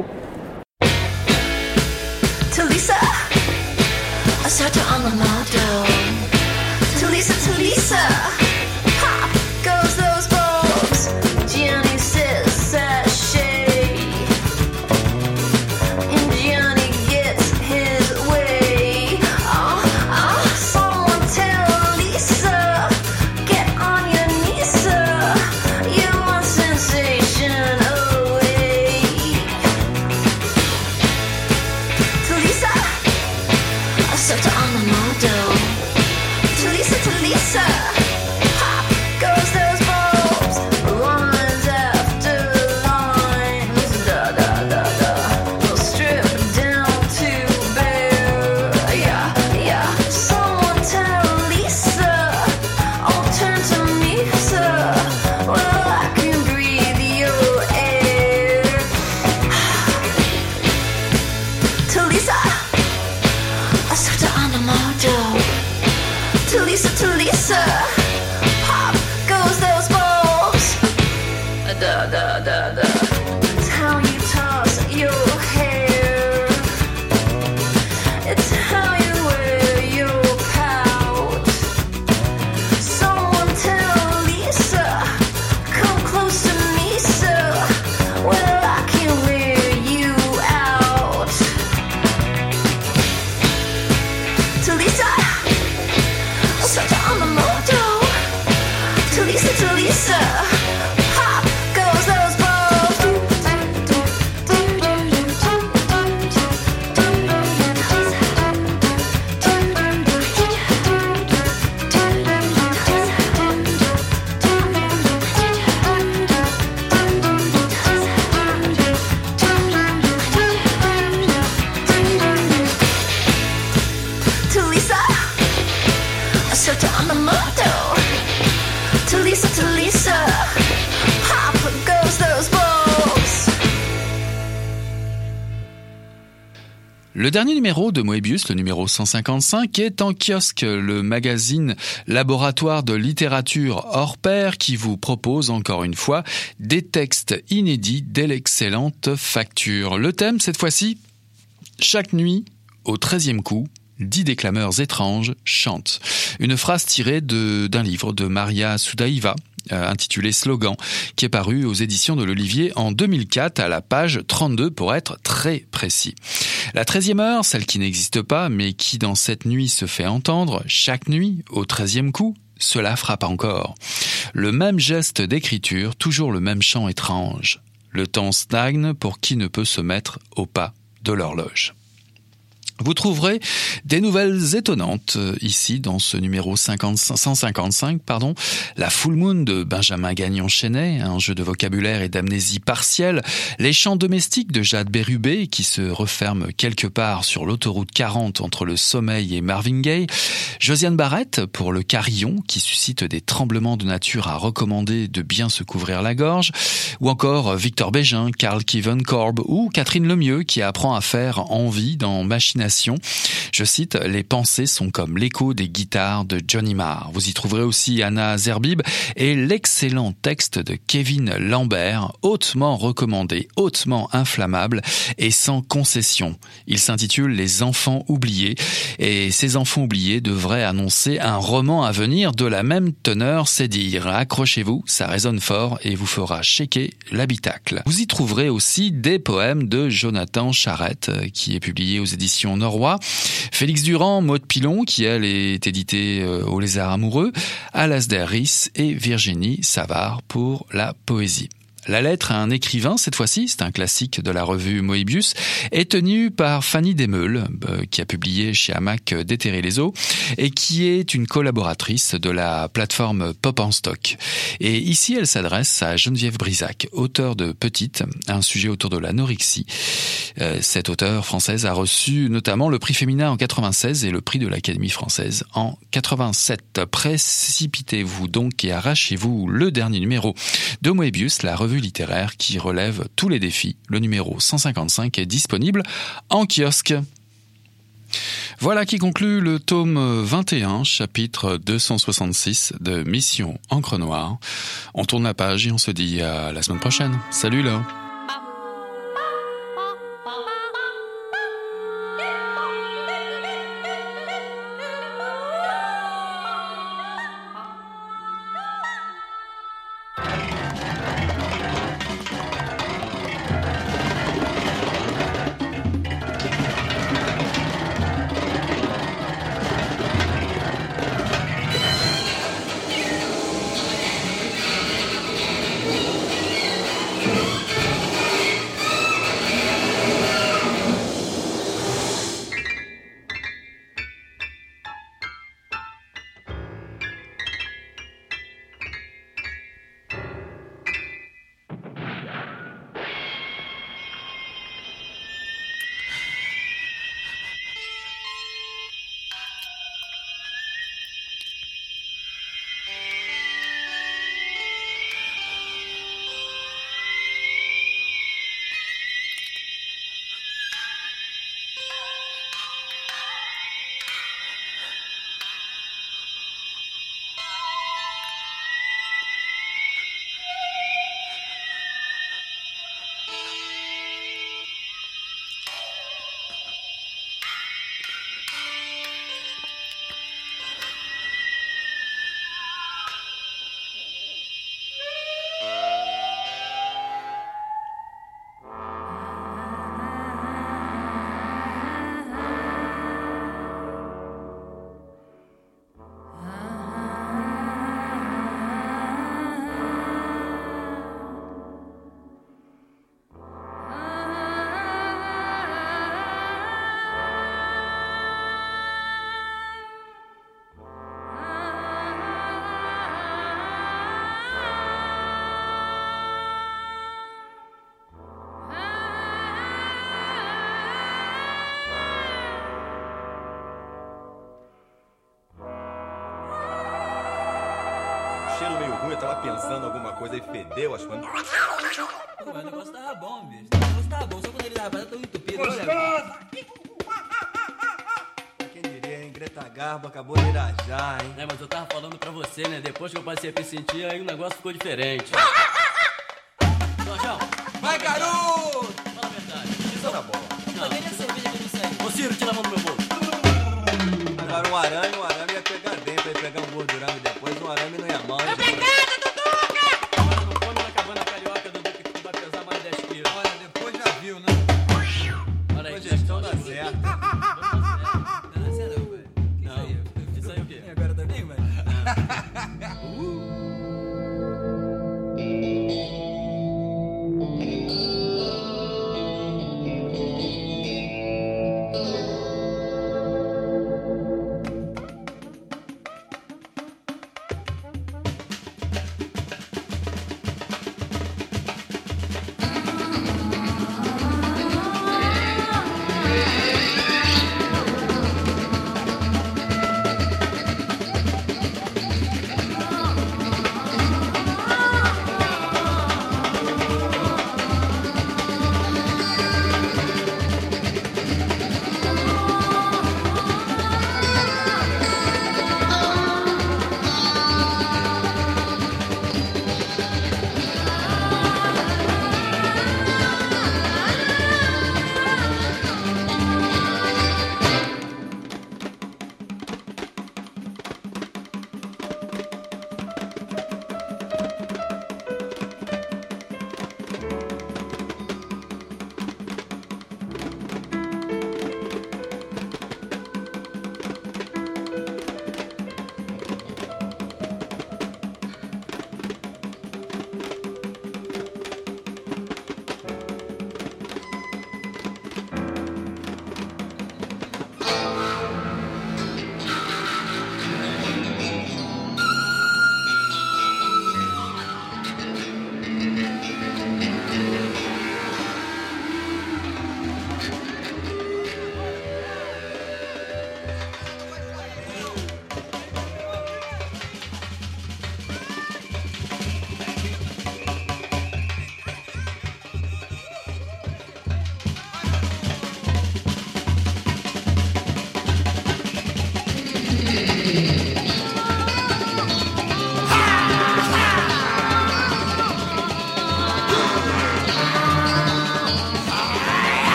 Tulisa, I start on the motto. Tulisa, pop goes those bulbs. Gianni says sachet, and Gianni gets his way. Someone tell Lisa, get on your knees, sir. You want sensation away. Tulisa, I start on the motto. Tulisa, It's how you toss your hair. It's how you wear your pout. Someone tell Lisa, come close to me, so well I can wear you out. To Lisa, such on the moto. To Lisa, pop goes those balls. To Lisa, such on the moto. To Lisa, pop goes those balls. Le dernier numéro de Moebius, le numéro 155, est en kiosque, le magazine laboratoire de littérature hors pair qui vous propose encore une fois des textes inédits dès l'excellente facture. Le thème, cette fois-ci, chaque nuit, au 13e coup, 10 déclameurs étranges chantent. Une phrase tirée d'un livre de Maria Soudaïva, intitulé Slogan, qui est paru aux éditions de l'Olivier en 2004 à la page 32 pour être très précis. La 13e heure, celle qui n'existe pas mais qui dans cette nuit se fait entendre, chaque nuit, au 13e coup, cela frappe encore. Le même geste d'écriture, toujours le même chant étrange. Le temps stagne pour qui ne peut se mettre au pas de l'horloge. Vous trouverez des nouvelles étonnantes ici dans ce numéro 155, la Full Moon de Benjamin Gagnon-Chenet, un jeu de vocabulaire et d'amnésie partielle, les chants domestiques de Jade Bérubé qui se referment quelque part sur l'autoroute 40 entre le Sommeil et Marvin Gaye, Josiane Barrette pour le carillon qui suscite des tremblements de nature à recommander de bien se couvrir la gorge, ou encore Victor Bégin, Karl Kievan Korb ou Catherine Lemieux qui apprend à faire envie dans Machination. Je cite, les pensées sont comme l'écho des guitares de Johnny Marr. Vous y trouverez aussi Anna Zerbib et l'excellent texte de Kevin Lambert, hautement recommandé, hautement inflammable et sans concession. Il s'intitule Les enfants oubliés et ces enfants oubliés devraient annoncer un roman à venir de la même teneur, c'est dire. Accrochez-vous, ça résonne fort et vous fera shaker l'habitacle. Vous y trouverez aussi des poèmes de Jonathan Charette qui est publié aux éditions Norrois, Félix Durand, Maud Pilon, qui elle est éditée au Lézard Amoureux, Alasdair Rhys et Virginie Savard pour la poésie. La lettre à un écrivain, cette fois-ci, c'est un classique de la revue Moebius, est tenue par Fanny Desmeules, qui a publié chez Hamac Déterrer les eaux, et qui est une collaboratrice de la plateforme Pop en Stock. Et ici, elle s'adresse à Geneviève Brisac, auteure de Petite, un sujet autour de l'anorexie. Cette auteure française a reçu notamment le prix féminin en 96 et le prix de l'Académie française en 87. Précipitez-vous donc et arrachez-vous le dernier numéro de Moebius, la revue littéraire qui relève tous les défis. Le numéro 155 est disponible en kiosque. Voilà qui conclut le tome 21, chapitre 266 de Mission Encre Noire. On tourne la page et on se dit à la semaine prochaine. Salut là! tava pensando alguma coisa e fedeu as coisas. Pô, mas o negócio tava bom, bicho. O negócio tava bom, só quando ele tava tão entupido. Quem diria, hein? Greta Garbo acabou de irajar, hein? É, mas eu tava falando pra você, né? Depois que eu passei a me sentir, aí o negócio ficou diferente. João, Vai, garoto!